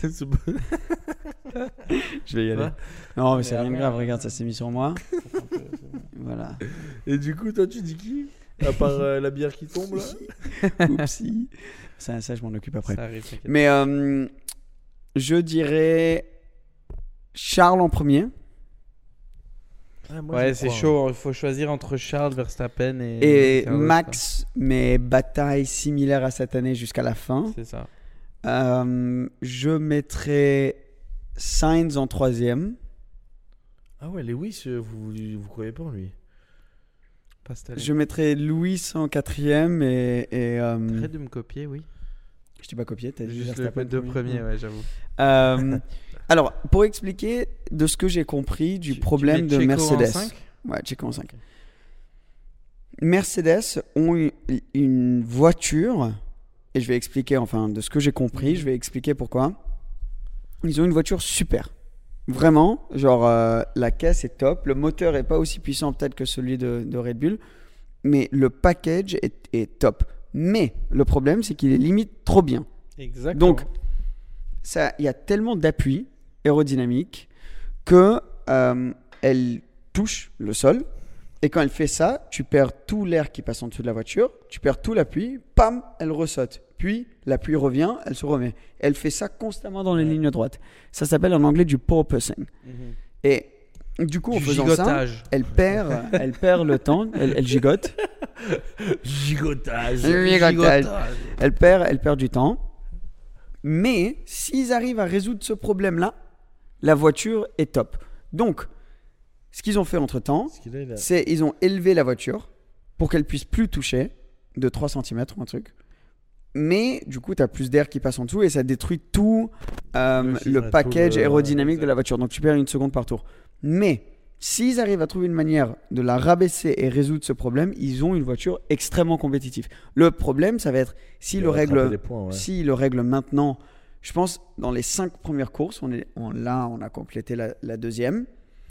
je vais y aller. Ouais. Non, mais Mais c'est rien de après, grave. euh, Regarde, ça s'est mis sur moi. Voilà. Et du coup, toi, tu dis qui À part euh, la bière qui tombe là. Oupsie. Ça, ça, je m'en occupe après. Ça arrive, t'inquiète. Mais euh, je dirais Charles en premier Ah, moi, Ouais, j'y c'est crois, chaud. Il faut choisir entre Charles, Verstappen et. et Carlos, Max, mais bataille similaire à cette année jusqu'à la fin. quoi. C'est ça. Euh, je mettrais Sainz en troisième. Ah ouais, Lewis, euh, vous, vous croyez pas en lui? Pas cette année. Je mettrais Louis en quatrième et. et euh, Arrête de me copier, oui. je t'ai pas copié, t'as dit Juste le Verstappen deux premier. premiers, ouais, j'avoue. Euh, alors, pour expliquer de ce que j'ai compris du Tu- problème tu de mets Checo en Mercedes. cinq? Ouais, Checo en cinq. Mercedes ont une, une voiture, et je vais expliquer, enfin, de ce que j'ai compris, je vais expliquer pourquoi. Ils ont une voiture super. Vraiment, genre, euh, la caisse est top. Le moteur est pas aussi puissant peut-être que celui de, de Red Bull, mais le package est, est top. Mais le problème, c'est qu'il est limite trop bien. Exactement. Donc, il y a tellement d'appui aérodynamique que euh, elle touche le sol. Et quand elle fait ça, tu perds tout l'air qui passe en dessous de la voiture, tu perds tout l'appui, pam, elle ressaute. Puis l'appui revient, elle se remet. Elle fait ça constamment dans les ouais. lignes droites. Ça s'appelle en anglais du porpoising. Mm-hmm. Et du coup, en du faisant gigotage. ça, elle perd, elle perd le temps, elle, elle gigote. Gigotage. Gigotage. Gigotage. Elle perd, elle perd du temps. Mais s'ils arrivent à résoudre ce problème-là, la voiture est top. Donc, ce qu'ils ont fait entre-temps, a... c'est ils ont élevé la voiture pour qu'elle puisse plus toucher de trois centimètres ou un truc. Mais du coup, tu as plus d'air qui passe en dessous et ça détruit tout euh, le, le package tout le... aérodynamique de la voiture. Donc, tu perds une seconde par tour. Mais s'ils arrivent à trouver une manière de la rabaisser et résoudre ce problème, ils ont une voiture extrêmement compétitive. Le problème, ça va être s'ils le règlent ouais. si le règle maintenant. Je pense dans les cinq premières courses, on est, on, là, on a complété la, la deuxième.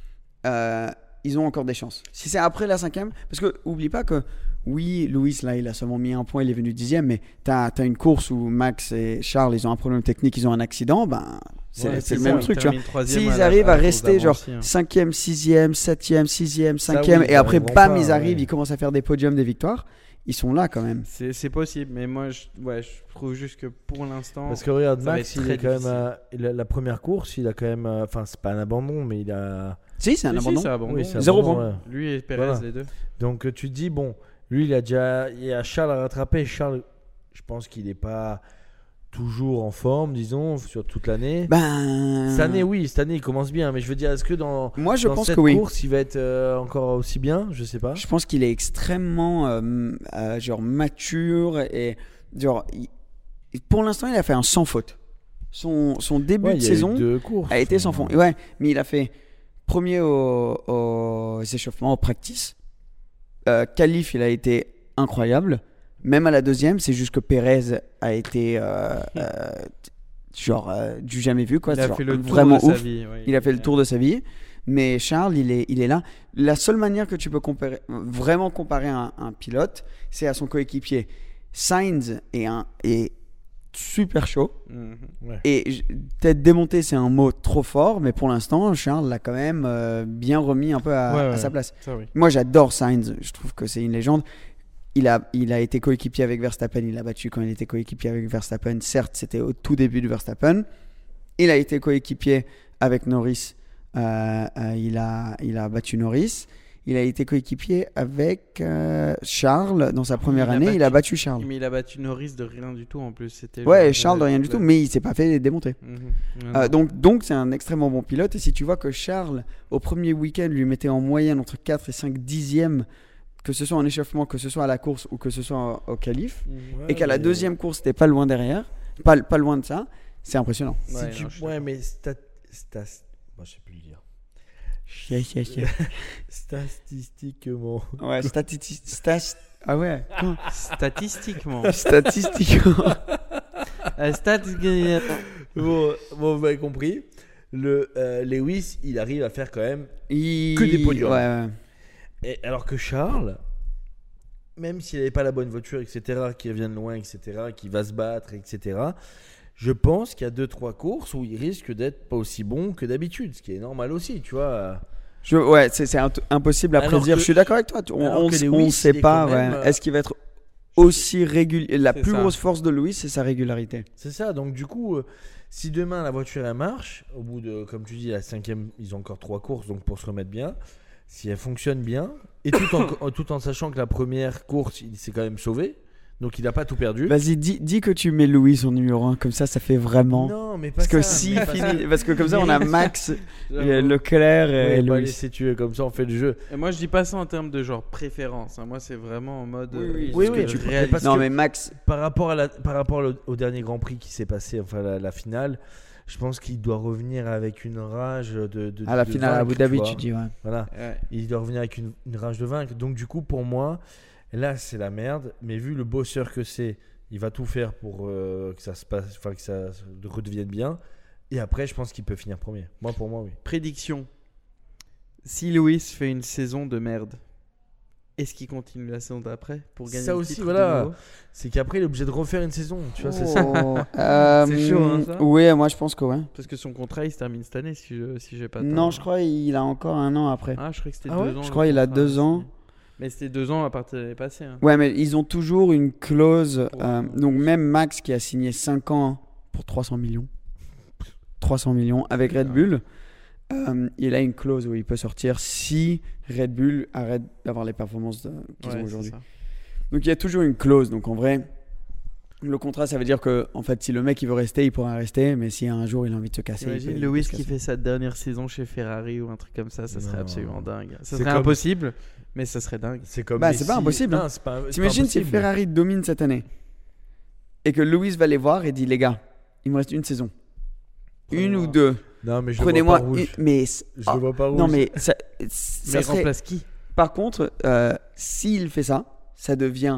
Euh, ils ont encore des chances. Si c'est après la cinquième, parce que oublie pas que oui, Lewis là, il a seulement mis un point, il est venu dixième, mais t'as as une course où Max et Charles, ils ont un problème technique, ils ont un accident, ben c'est, ouais, c'est, c'est le ça, même truc. Tu vois. S'ils à arrivent la, à, à rester genre aussi, hein. cinquième, sixième, septième, sixième, cinquième, oui, et après bam, pas, ils arrivent, ouais. ils commencent à faire des podiums, des victoires. Ils sont là quand même. C'est, c'est possible, mais moi je, ouais, je trouve juste que pour l'instant. Parce que regarde, Max, il est quand difficile. même. Euh, la, la première course, il a quand même. Enfin, euh, c'est pas un abandon, mais il a. Si, c'est un si, abandon. Si, c'est abandon. Oui, c'est Zéro abandon, bon. Ouais. Lui et Perez, voilà. les deux. Donc tu te dis, bon, lui, il a déjà. Il y a Charles à rattraper. Charles, je pense qu'il n'est pas toujours en forme, disons, sur toute l'année. Ben. Cette année, oui, cette année, il commence bien. Mais je veux dire, est-ce que dans, Moi, je dans pense cette que oui. course, il va être euh, encore aussi bien? Je sais pas. Je pense qu'il est extrêmement euh, euh, genre mature et genre. Il, pour l'instant, il a fait un sans faute. Son, son début ouais, de saison courses, a été sans faute. Ouais, mais il a fait premier aux, aux échauffements, au practice. Euh, qualif, il a été incroyable. Même à la deuxième, c'est juste que Perez a été euh, euh, genre euh, du jamais vu, quoi. Il a genre, fait le tour vraiment de sa ouf. vie. Ouais, il a fait le tour de sa vie. Mais Charles, il est, il est là. La seule manière que tu peux comparer, vraiment comparer un, un pilote, c'est à son coéquipier. Sainz est, un, est super chaud. Mmh. Ouais. Et peut-être démonté, c'est un mot trop fort, mais pour l'instant, Charles l'a quand même euh, bien remis un peu à, ouais, à ouais, sa place. Ça, oui. Moi, j'adore Sainz. Je trouve que c'est une légende. Il a, il a été coéquipier avec Verstappen. Il a battu quand il était coéquipier avec Verstappen. Certes, c'était au tout début de Verstappen. Il a été coéquipier avec Norris. Euh, euh, il, a, il a battu Norris. Il a été coéquipier avec euh, Charles dans sa première il année. battu, il a battu Charles. Mais il a battu Norris de rien du tout en plus. C'était ouais, genre, Charles de rien du tout, mais il s'est pas fait démonter. Mm-hmm. Euh, donc, donc c'est un extrêmement bon pilote. Et si tu vois que Charles, au premier week-end, lui mettait en moyenne entre quatre et cinq dixièmes, que ce soit en échauffement, que ce soit à la course ou que ce soit au qualif, ouais, et qu'à la deuxième course, t'es pas loin derrière, pas, pas loin de ça, c'est impressionnant. Si ouais, tu... non, ouais mais stat... Stat... Moi, je sais plus le dire. Yeah, yeah, yeah. Statistiquement. Ouais, statisti... Stas... Ah ouais. Comment Statistiquement. Statistiquement. euh, stat... bon, bon, vous avez compris. Le euh, Lewis, il arrive à faire quand même il... que des podiums. Ouais, ouais. Et alors que Charles, même s'il n'avait pas la bonne voiture, et cetera, qui revient de loin, et cetera, qui va se battre, et cetera, je pense qu'il y a deux trois courses où il risque d'être pas aussi bon que d'habitude, ce qui est normal aussi, tu vois. Je, ouais, c'est, c'est impossible à alors prédire. Que, je suis d'accord avec toi. On ne sait pas. Ouais. Euh... Est-ce qu'il va être aussi régulier? La c'est plus ça. grosse force de Lewis, c'est sa régularité. C'est ça. Donc du coup, euh, si demain la voiture elle marche, au bout de, comme tu dis, la cinquième, ils ont encore trois courses, donc pour se remettre bien. Si elle fonctionne bien, et tout en, tout en sachant que la première course, il s'est quand même sauvé, donc il n'a pas tout perdu. Vas-y, dis, dis que tu mets Lewis en numéro un, comme ça, ça fait vraiment. Non, mais pas parce ça. Que si pas fini... ça. Parce que comme ça, on a Max, Leclerc et ouais, Lewis. Bah, laissez tuer, comme ça, on fait le jeu. Et moi, je dis pas ça en termes de genre préférence. Hein. Moi, c'est vraiment en mode. Oui, oui, oui, oui, tu tu réalises. parce Non, que mais Max. Par rapport, à la, par rapport au, au dernier Grand Prix qui s'est passé, enfin la, la finale. Je pense qu'il doit revenir avec une rage de. de à la de finale vaincre, à Abu Dhabi, tu, tu dis, ouais. Voilà. Ouais. Il doit revenir avec une, une rage de vaincre. Donc, du coup, pour moi, Et là, c'est la merde. Mais vu le bosseur que c'est, il va tout faire pour euh, que ça se passe, enfin que ça redevienne bien. Et après, je pense qu'il peut finir premier. Moi, pour moi, oui. Prédiction. Si Lewis fait une saison de merde, est-ce qu'il continue la saison d'après pour gagner ça le aussi, titre voilà. de nouveau? C'est qu'après, il est obligé de refaire une saison. Tu vois, c'est Oh, ça. euh, C'est chaud, hein, ça Oui, moi je pense que ouais. Parce que son contrat il se termine cette année si je si j'ai pas tort. Non, je crois qu'il a encore un an après. Ah, je crois que c'était Ah deux ouais ans. Je le crois qu'il a contrat, deux ans. aussi. Mais c'était deux ans à partir de l'année passée. Hein. Ouais, mais ils ont toujours une clause. Pour- euh, donc même Max qui a signé cinq ans pour trois cents millions. trois cents millions avec Red Bull. Euh, il a une clause où il peut sortir si Red Bull arrête d'avoir les performances de- qu'ils Ouais, ont c'est aujourd'hui. ça. Donc il y a toujours une clause. Donc en vrai, le contrat, ça veut dire que en fait, si le mec il veut rester, il pourra rester. Mais si un jour il a envie de se casser, il Imagine peut- il peut Lewis se qui casser. fait sa dernière saison chez Ferrari ou un truc comme ça, ça serait Non. absolument dingue. Ça C'est serait comme- impossible, mais ça serait dingue. C'est comme Bah, Messi. c'est pas impossible, hein. Non, c'est pas, c'est T'imagines pas si impossible. Ferrari domine cette année et que Lewis va les voir et dit les gars, il me reste une saison, une Prenez-moi. ou deux. Non, mais je le Prenez-moi vois pas rouge. une- mais Je ah, le vois pas rouge. non mais ça, Mais ça il serait- remplace qui? par contre euh, s'il fait ça, ça devient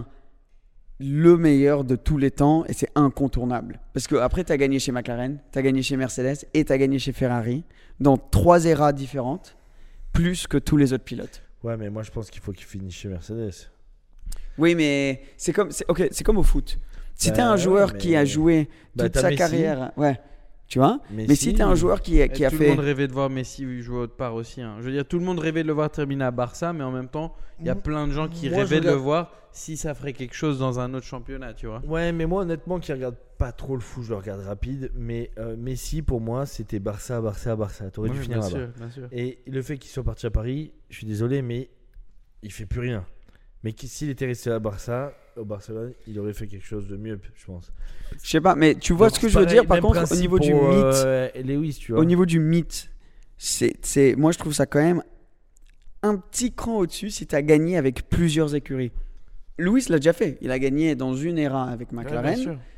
le meilleur de tous les temps et c'est incontournable parce que après tu as gagné chez McLaren, tu as gagné chez Mercedes et tu as gagné chez Ferrari dans trois éras différentes plus que tous les autres pilotes. Ouais, mais moi, je pense qu'il faut qu'il finisse chez Mercedes. Oui, mais c'est comme c'est OK, c'est comme au foot. Si Bah, tu es un ouais, joueur mais- qui a joué Bah, toute t'as sa Messi. carrière, ouais. Tu vois? Messi, Mais si tu es un joueur qui, a- qui a tout fait le monde rêvait de voir Messi jouer autre part aussi. hein. Je veux dire, tout le monde rêvait de le voir terminer à Barça, mais en même temps, il y a plein de gens qui Moi, je rêvaient de le regarde- voir si ça ferait quelque chose dans un autre championnat, tu vois. Ouais, mais moi, honnêtement, qui regarde pas trop le foot, je le regarde rapide. Mais euh, Messi, pour moi, c'était Barça, Barça, Barça. T'aurais dû Ouais, finir bien là-bas. sûr, bien sûr. Et le fait qu'il soit parti à Paris, je suis désolé, mais il fait plus rien. Mais qui- s'il était resté à Barça, au Barcelone, il aurait fait quelque chose de mieux, je pense. je sais pas, mais tu vois Donc, ce que c'est je veux pareil, dire par même contre au principe niveau du pour, mythe, euh, Lewis, tu vois. au niveau du mythe, c'est c'est moi je trouve ça quand même un petit cran au-dessus si tu as gagné avec plusieurs écuries. Lewis l'a déjà fait, il a gagné dans une éra avec Ouais, McLaren. bien sûr.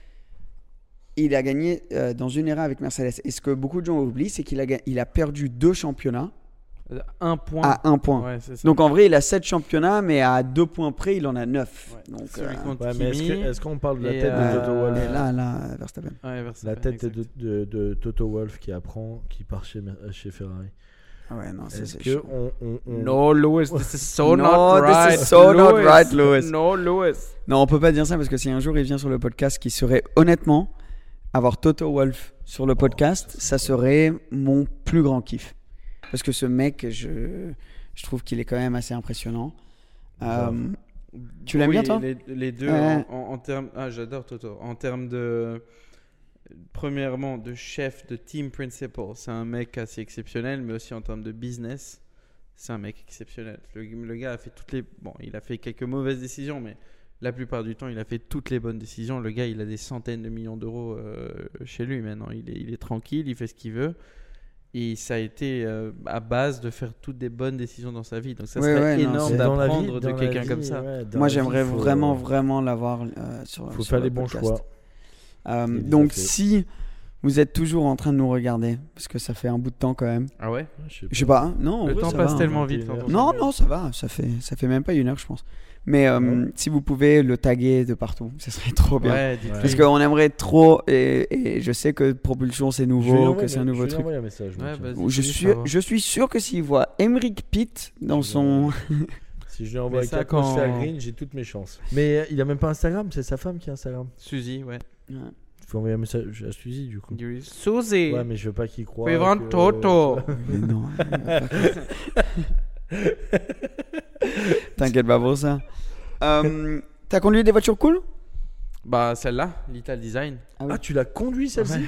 Il a gagné euh, dans une éra avec Mercedes. Et ce que beaucoup de gens oublient, c'est qu'il a, ga- il a perdu deux championnats Un point. à un point. Ouais, c'est ça. Donc en vrai, il a sept championnats, mais à deux points près, il en a neuf. Ouais. Donc, Celui euh, contre Ouais, mais est-ce, Kimi, que- est-ce qu'on parle de la et, tête euh, de Toto Wolff et là, là, Verstappen. ouais, Verstappen, La tête exact. de, de, de Toto Wolff qui apprend, qui part chez, chez Ferrari. Ah ouais, non, c'est, Est-ce c'est que chaud. on, on, on- No, Lewis, this is so No, not this is right. so not right, Lewis. No, Lewis. Non, on peut pas dire ça parce que si un jour il vient sur le podcast, qui serait honnêtement avoir Toto Wolff sur le podcast, ça serait mon plus grand kiff. Parce que ce mec, je, je trouve qu'il est quand même assez impressionnant. Euh, Tu l'aimes Oui, bien, toi les, les deux, Ouais. en, en, en termes. Ah, j'adore Toto. En termes de. Premièrement, de chef, de team principal, c'est un mec assez exceptionnel, mais aussi en termes de business, c'est un mec exceptionnel. Le, le gars a fait toutes les. Bon, il a fait quelques mauvaises décisions, mais la plupart du temps, il a fait toutes les bonnes décisions. Le gars, il a des centaines de millions d'euros euh, chez lui maintenant. Il est, il est tranquille, il fait ce qu'il veut. Et ça a été euh, à base de faire toutes des bonnes décisions dans sa vie. Donc ça Ouais, serait ouais, non, énorme c'est dans la vie- d'apprendre de dans la quelqu'un vie, comme ça. ouais, dans Moi, la j'aimerais vie, faut- vraiment, vraiment l'avoir euh, sur faut sur faire le les bons podcast. choix. Euh, Il est déjà donc, fait. si vous êtes toujours en train de nous regarder, parce que ça fait un bout de temps quand même. Ah ouais? Je Je sais pas, hein. non, en Le vrai, temps ça passe va, tellement hein. vite. quand on Non, s'amuse. non, ça va, ça fait, ça fait même pas une heure, je pense. Mais euh, Ouais. si vous pouvez le taguer de partout, ce serait trop bien. Ouais, dites-lui. Parce qu'on aimerait trop, et, et je sais que Propulsion c'est Je vais lui nouveau, envoyer- que c'est un nouveau je vais lui truc. envoyer un message. moi, Ouais, tiens. vas-y. Je dis, suis, ça va. je suis sûr que s'il voit Emmerich Pitt dans Je vais son. Si je lui envoie Mais ça, quatre quand- mots sur Green, j'ai toutes mes chances. Mais euh, il a même pas Instagram, c'est sa femme qui a Instagram. Suzy, ouais. Il faut envoyer un message à Suzy du coup. Suzy, Ouais, mais je veux pas qu'il croie. we want que- Toto. Mais non. il va pas faire ça. T'inquiète pas pour ça. Euh, T'as conduit des voitures cool? Bah, celle-là, l'Ital Design. Ah, tu l'as conduit celle-ci?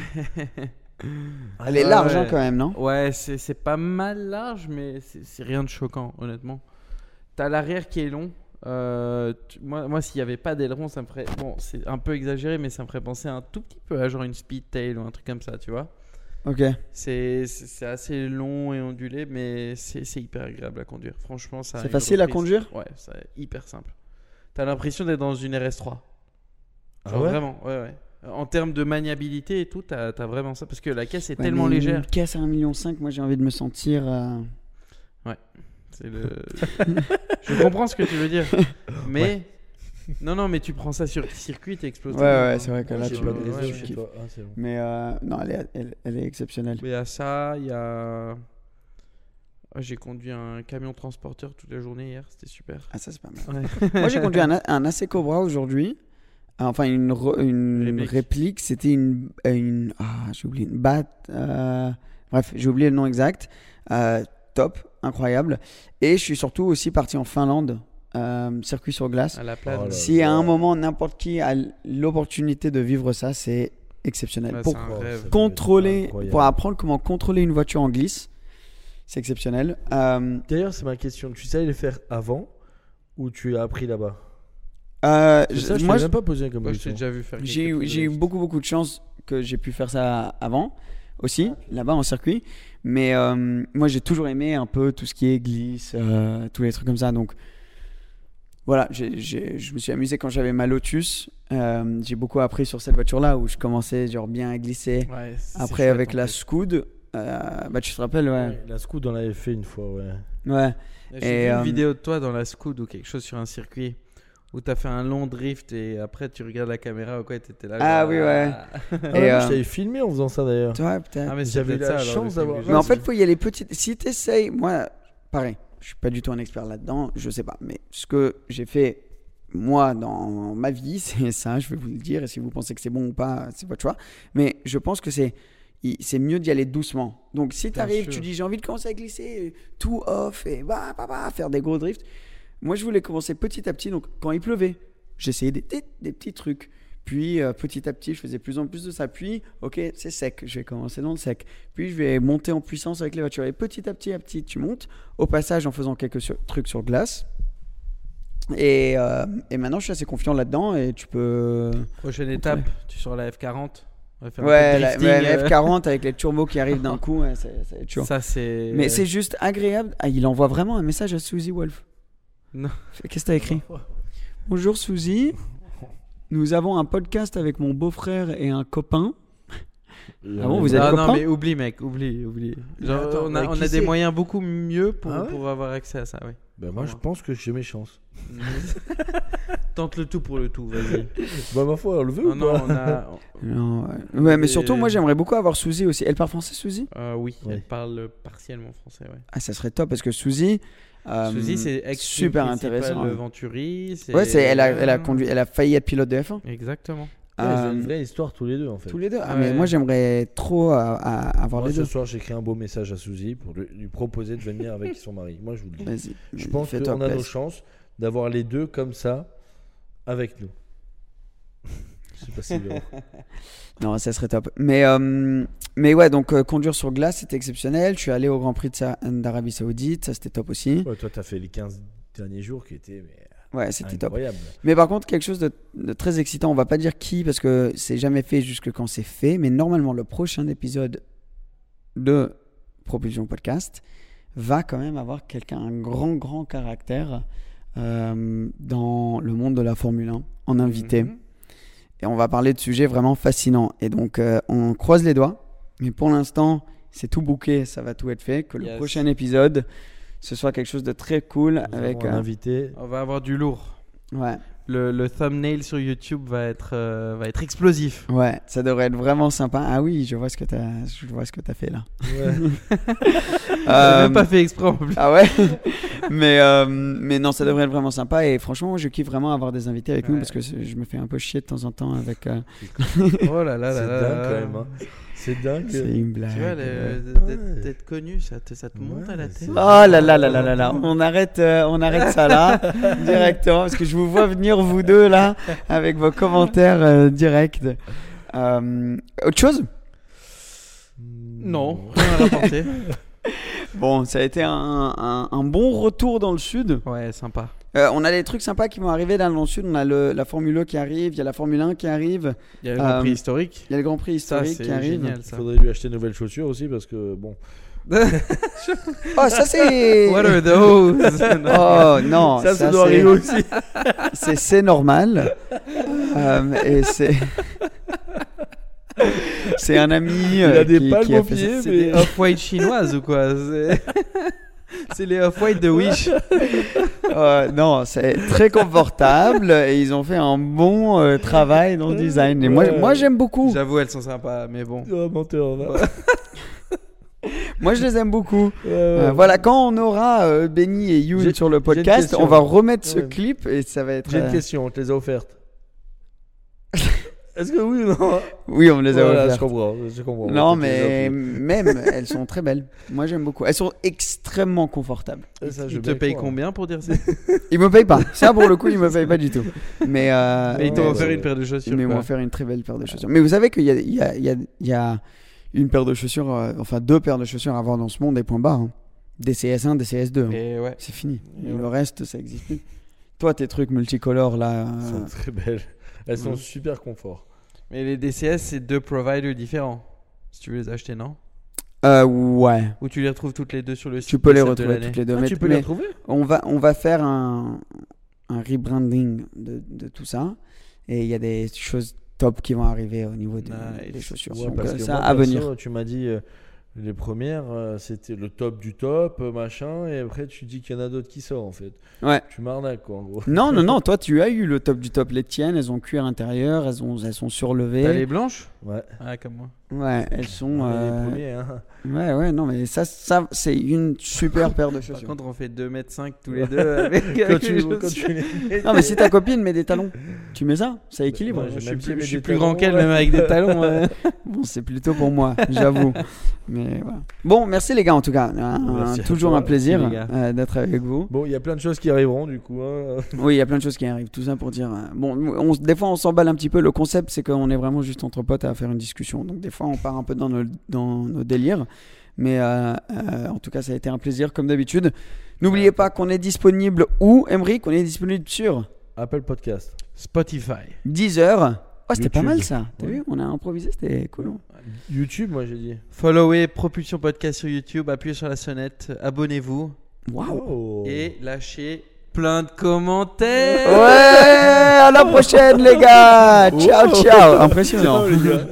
Elle est Ouais, large hein, ouais. quand même, non? Ouais, c'est c'est pas mal large, mais c'est c'est rien de choquant, honnêtement. T'as l'arrière qui est long. Euh, tu- moi, moi s'il n'y avait pas d'aileron, ça me ferait. Bon, c'est un peu exagéré, mais ça me ferait penser un tout petit peu à genre une Speedtail ou un truc comme ça, tu vois. Ok. C'est c'est- c'est assez long et ondulé, mais c'est c'est hyper agréable à conduire. Franchement, ça. a C'est une facile à reprise- conduire? Ouais, c'est hyper simple. T'as l'impression d'être dans une R S trois. Ah Genre ouais vraiment, ouais, ouais. En termes de maniabilité et tout, t'as as vraiment ça. Parce que la caisse est Ouais, tellement mais légère. Une caisse à un virgule cinq million, moi j'ai envie de me sentir. euh, C'est le... Je comprends ce que tu veux dire. Mais. Ouais. Non, non, mais tu prends ça sur circuit, t'exploses. Ouais, ouais, c'est vrai que là, J'ai tu pas vois. de réseau Ouais, chez je toi. Ah, c'est bon. Mais euh, non, elle est, elle, elle est exceptionnelle. Mais il y a ça, il y a. Oh, j'ai conduit un camion transporteur toute la journée hier, c'était super. Ah, ça, c'est pas mal. Ouais. Moi, j'ai conduit un, un A C Cobra aujourd'hui. Enfin, une, re, une réplique. réplique. C'était une, une. Ah, j'ai oublié. Une bat. Euh, bref, j'ai oublié le nom exact. Euh, top, incroyable. Et je suis surtout aussi parti en Finlande. Euh, circuit sur glace. À la plage. Oh si à un moment n'importe qui a l'opportunité de vivre ça, c'est exceptionnel. Ouais, pour c'est contrôler, pour apprendre comment contrôler une voiture en glisse, c'est exceptionnel. Euh, D'ailleurs, c'est ma question. Tu sais les faire avant ou tu as appris là-bas? euh, ça, je moi, t'ai même pas posé comme moi, je question. t'ai déjà vu faire. J'ai eu, j'ai eu beaucoup beaucoup de chance que j'ai pu faire ça avant aussi, okay. Là-bas en circuit. Mais euh, moi, j'ai toujours aimé un peu tout ce qui est glisse, euh, tous les trucs comme ça. Donc voilà, j'ai, j'ai, je me suis amusé quand j'avais ma Lotus. Euh, j'ai beaucoup appris sur cette voiture-là où je commençais genre bien à glisser. Ouais, après, avec la Scoot, euh, bah, tu te rappelles, ouais. ouais la Scoot, on l'avait fait une fois, ouais. Ouais. J'ai et, vu euh, une vidéo de toi dans la Scoot ou quelque chose sur un circuit où t'as fait un long drift et après tu regardes la caméra ou quoi et t'étais là. Ah genre, oui, ouais. Ah, et euh, euh, je t'avais filmé en faisant ça d'ailleurs. Toi, peut-être. Ah, mais j'avais la ça, chance d'avoir. Mais en fait, il faut y aller petit. Si tu essayes, moi, pareil, je suis pas du tout un expert là-dedans, je sais pas. Mais ce que j'ai fait, moi, dans ma vie, c'est ça, je vais vous le dire. Et si vous pensez que c'est bon ou pas, c'est votre choix. Mais je pense que c'est, c'est mieux d'y aller doucement. Donc, si tu arrives, tu dis j'ai envie de commencer à glisser tout off et bah, bah, bah, faire des gros drifts. Moi, je voulais commencer petit à petit. Donc, quand il pleuvait, j'essayais des, des, des petits trucs. Puis, euh, petit à petit, je faisais plus en plus de ça. Puis, ok, c'est sec. Je vais commencer dans le sec. Puis, je vais monter en puissance avec les voitures. Et petit à petit, à petit, tu montes. Au passage, en faisant quelques sur, trucs sur glace. Et, euh, et maintenant, je suis assez confiant là-dedans. Et tu peux. Prochaine étape, ouais. Tu sors la F quarante. Ouais, la, ouais, la F quarante avec les turbos qui arrivent d'un coup. Ouais, c'est, c'est chaud. Ça, c'est. Mais c'est juste agréable. Ah, il envoie vraiment un message à Suzy Wolf. Non. Qu'est-ce que t'as écrit? Bonjour Suzy. Nous avons un podcast avec mon beau-frère et un copain. Ah bon, vous êtes ah, copains? Non, mais oublie, mec, oublie, oublie. Genre, attends, on a, on a des moyens beaucoup mieux pour, ah ouais pour avoir accès à ça, oui. Ben moi, je pense que j'ai mes chances. Tente le tout pour le tout, vas-y. Bah, ma foi, on le veut non, ou non, pas on a... non, ouais. ouais, mais surtout, moi, j'aimerais beaucoup avoir Suzy aussi. Elle parle français, Suzy? euh, Oui, ouais. Elle parle partiellement français, ouais. Ah, ça serait top parce que Suzy... Euh, Suzy, c'est super intéressant. Le Venturi. C'est... Ouais, c'est, elle, a, elle, a conduit, elle a failli être pilote de F un. Exactement. Ouais, euh, c'est une vraie histoire tous les deux en fait. Tous les deux. Ah, ouais. Mais moi j'aimerais trop à, à avoir moi, les ce deux. Ce soir j'ai écrit un beau message à Suzy pour lui, lui proposer de venir avec son mari. Moi je vous le dis. Vas-y. Je pense qu'on a nos chances d'avoir les deux comme ça avec nous. Je sais pas si bien. Non, ça serait top. Mais, euh, mais ouais, donc euh, conduire sur glace, c'était exceptionnel. Je suis allé au Grand Prix de Sa- d'Arabie Saoudite, ça c'était top aussi. Ouais, toi, t'as fait les quinze derniers jours qui étaient mais, ouais, c'était incroyable. Top. Mais par contre, quelque chose de, de très excitant, on va pas dire qui parce que c'est jamais fait jusque quand c'est fait. Mais normalement, le prochain épisode de Propulsion Podcast va quand même avoir quelqu'un, un grand, grand caractère euh, dans le monde de la Formule un en invité. Mm-hmm. Et on va parler de sujets vraiment fascinants. Et donc, euh, on croise les doigts. Mais pour l'instant, c'est tout booké. Ça va tout être fait. Que yes. Le prochain épisode, ce soit quelque chose de très cool. Nous avec un euh... invité. On va avoir du lourd. Ouais. Le, le thumbnail sur YouTube va être, euh, va être explosif. Ouais, ça devrait être vraiment sympa. Ah oui, je vois ce que tu as, je vois ce que tu as fait là. Ouais. euh, même pas fait exprès en plus. Ah ouais. mais, euh, mais non, ça devrait être vraiment sympa. Et franchement, je kiffe vraiment avoir des invités avec ouais. nous parce que je me fais un peu chier de temps en temps avec. Euh... oh là là là c'est là. dingue là. quand même. Hein. C'est dingue. C'est une blague. Tu vois, le, ouais. d'être, d'être connu, ça te, ça te monte ouais, à la tête. Oh là là là là là là. On arrête, euh, on arrête ça là directement parce que je vous vois venir vous deux là avec vos commentaires euh, directs. Euh, autre chose? Non, rien à rapporter. Bon, ça a été un, un, un bon retour dans le sud. Ouais, sympa. Euh, on a des trucs sympas qui vont arriver là dans le sud. On a le, la Formule E qui arrive, il y a la Formule un qui arrive. Il y a le Grand euh, Prix historique. Il y a le Grand Prix historique ça, qui arrive. Génial, il faudrait lui acheter de nouvelles chaussures aussi parce que bon. Oh, ça c'est. What are those? Oh non, ça, ça, ça doit arriver aussi. c'est, c'est normal. euh, et c'est. C'est un ami. Il euh, a des qui, palmes qui a aux fait pieds, ça. mais. Des off-white chinoises ou quoi? C'est... C'est les Off-White de Wish. Euh, non, c'est très confortable et ils ont fait un bon euh, travail dans le design. Et moi, Ouais. moi j'aime beaucoup. J'avoue, elles sont sympas, mais bon. Oh, menteur, va. Moi, je les aime beaucoup. Ouais, ouais. Euh, voilà, quand on aura euh, Benny et Youn J'ai- sur le j'ai une podcast, question. on va remettre ce Ouais. clip et ça va être. J'ai une euh, question, on te les a offertes. Est-ce que oui ou non? Oui, on me les a Voilà, offertes. je comprends, je comprends. Non, On te les a mais offertes. même, elles sont très belles. Moi, j'aime beaucoup. Elles sont extrêmement confortables. Ça, je Ils veux te bien payent croire. combien pour dire ça? Ils me payent pas. Ça, pour le coup, ils me payent pas du tout. Mais, euh, Mais ils t'ont ouais, offert ouais. une paire de chaussures. mais ils m'ont quoi. offert une très belle paire de chaussures. Mais vous savez qu'il y a, il y a, il y a, il y a une paire de chaussures, euh, enfin deux paires de chaussures à avoir dans ce monde et point barre. Hein. D C S un, D C S deux. hein. Et ouais. C'est fini. Et Et ouais. le reste, ça existe plus. Toi, tes trucs multicolores là. Elles euh, sont très belles. Elles sont Ouais. super confort. Mais les D C S, c'est deux providers différents. Si tu veux les acheter, non? euh, ouais. Ou tu les retrouves toutes les deux sur le site. Tu peux les de celle de retrouver l'année. toutes les deux. Ah, mais tu peux mais les trouver? on va, on va faire un, un rebranding de, de tout ça. Et il y a des choses top qui vont arriver au niveau des, Nice. des chaussures. Ouais, Donc, parce euh, que ça, moi, à perso, venir. Tu m'as dit euh, les premières, euh, c'était le top du top, euh, machin, et après tu dis qu'il y en a d'autres qui sortent en fait. Ouais. Tu m'arnaques quoi en gros. Non, non, non, toi tu as eu le top du top. Les tiennes, elles ont cuir intérieur, elles, ont, elles sont T'as surlevées. les blanches? Ouais. Ah, comme moi. Ouais, elles sont. On est euh, les premiers, hein. Ouais, ouais, non, mais ça, ça c'est une super paire de Par chaussures. contre, on fait deux mètres cinq tous les deux avec, Quand avec tu, les quand chaussures. tu les mets, Non, mais si ta copine met des talons, tu mets ça, ça équilibre. Ouais, Je j'ai suis même plus, pas je suis mis plus des grand talons, qu'elle, ouais. même avec des talons. ouais. Bon, c'est plutôt pour moi, j'avoue. Mais voilà. Bon, merci les gars en tout cas. Un- Merci à toujours toi. un plaisir Merci, les gars. euh, d'être avec vous. Bon, il y a plein de choses qui arriveront du coup. Hein. Oui, il y a plein de choses qui arrivent. Tout ça pour dire. euh, Bon, on, des fois on s'emballe un petit peu. Le concept, c'est qu'on est vraiment juste entre potes à faire une discussion. Donc des fois, on part un peu dans nos, dans nos délires. Mais euh, euh, en tout cas, ça a été un plaisir comme d'habitude. N'oubliez pas qu'on est disponible où, Emery, qu'on est disponible sur Apple Podcast. Spotify. Deezer. Oh, c'était pas YouTube. mal ça. T'as Ouais. vu? On a improvisé, c'était cool. hein. YouTube, moi j'ai dit. Followez Propulsion Podcast sur YouTube, appuyez sur la sonnette, abonnez-vous Waouh! Oh. et lâchez plein de commentaires. Ouais! À la prochaine, les gars! Ciao, Wow. ciao! Impressionnant. Ciao, les gars.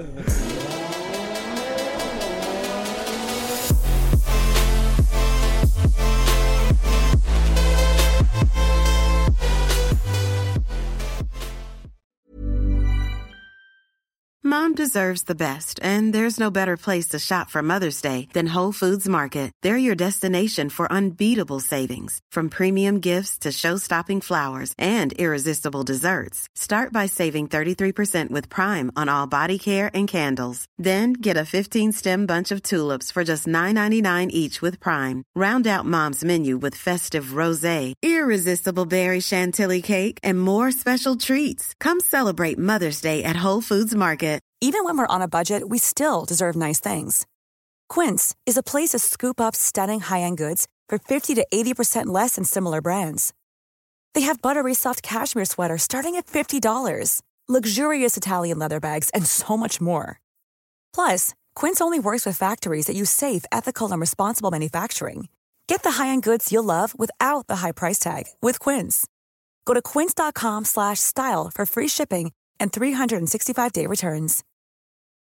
Mom deserves the best, and there's no better place to shop for Mother's Day than Whole Foods Market. They're your destination for unbeatable savings, from premium gifts to show-stopping flowers and irresistible desserts. Start by saving thirty-three percent with Prime on all body care and candles. Then get a fifteen-stem bunch of tulips for just nine ninety-nine each with Prime. Round out Mom's menu with festive rosé, irresistible berry chantilly cake, and more special treats. Come celebrate Mother's Day at Whole Foods Market. Even when we're on a budget, we still deserve nice things. Quince is a place to scoop up stunning high-end goods for fifty to eighty percent less than similar brands. They have buttery soft cashmere sweaters starting at fifty dollars, luxurious Italian leather bags, and so much more. Plus, Quince only works with factories that use safe, ethical, and responsible manufacturing. Get the high-end goods you'll love without the high price tag with Quince. Go to quince.com slash style for free shipping and three sixty-five day returns.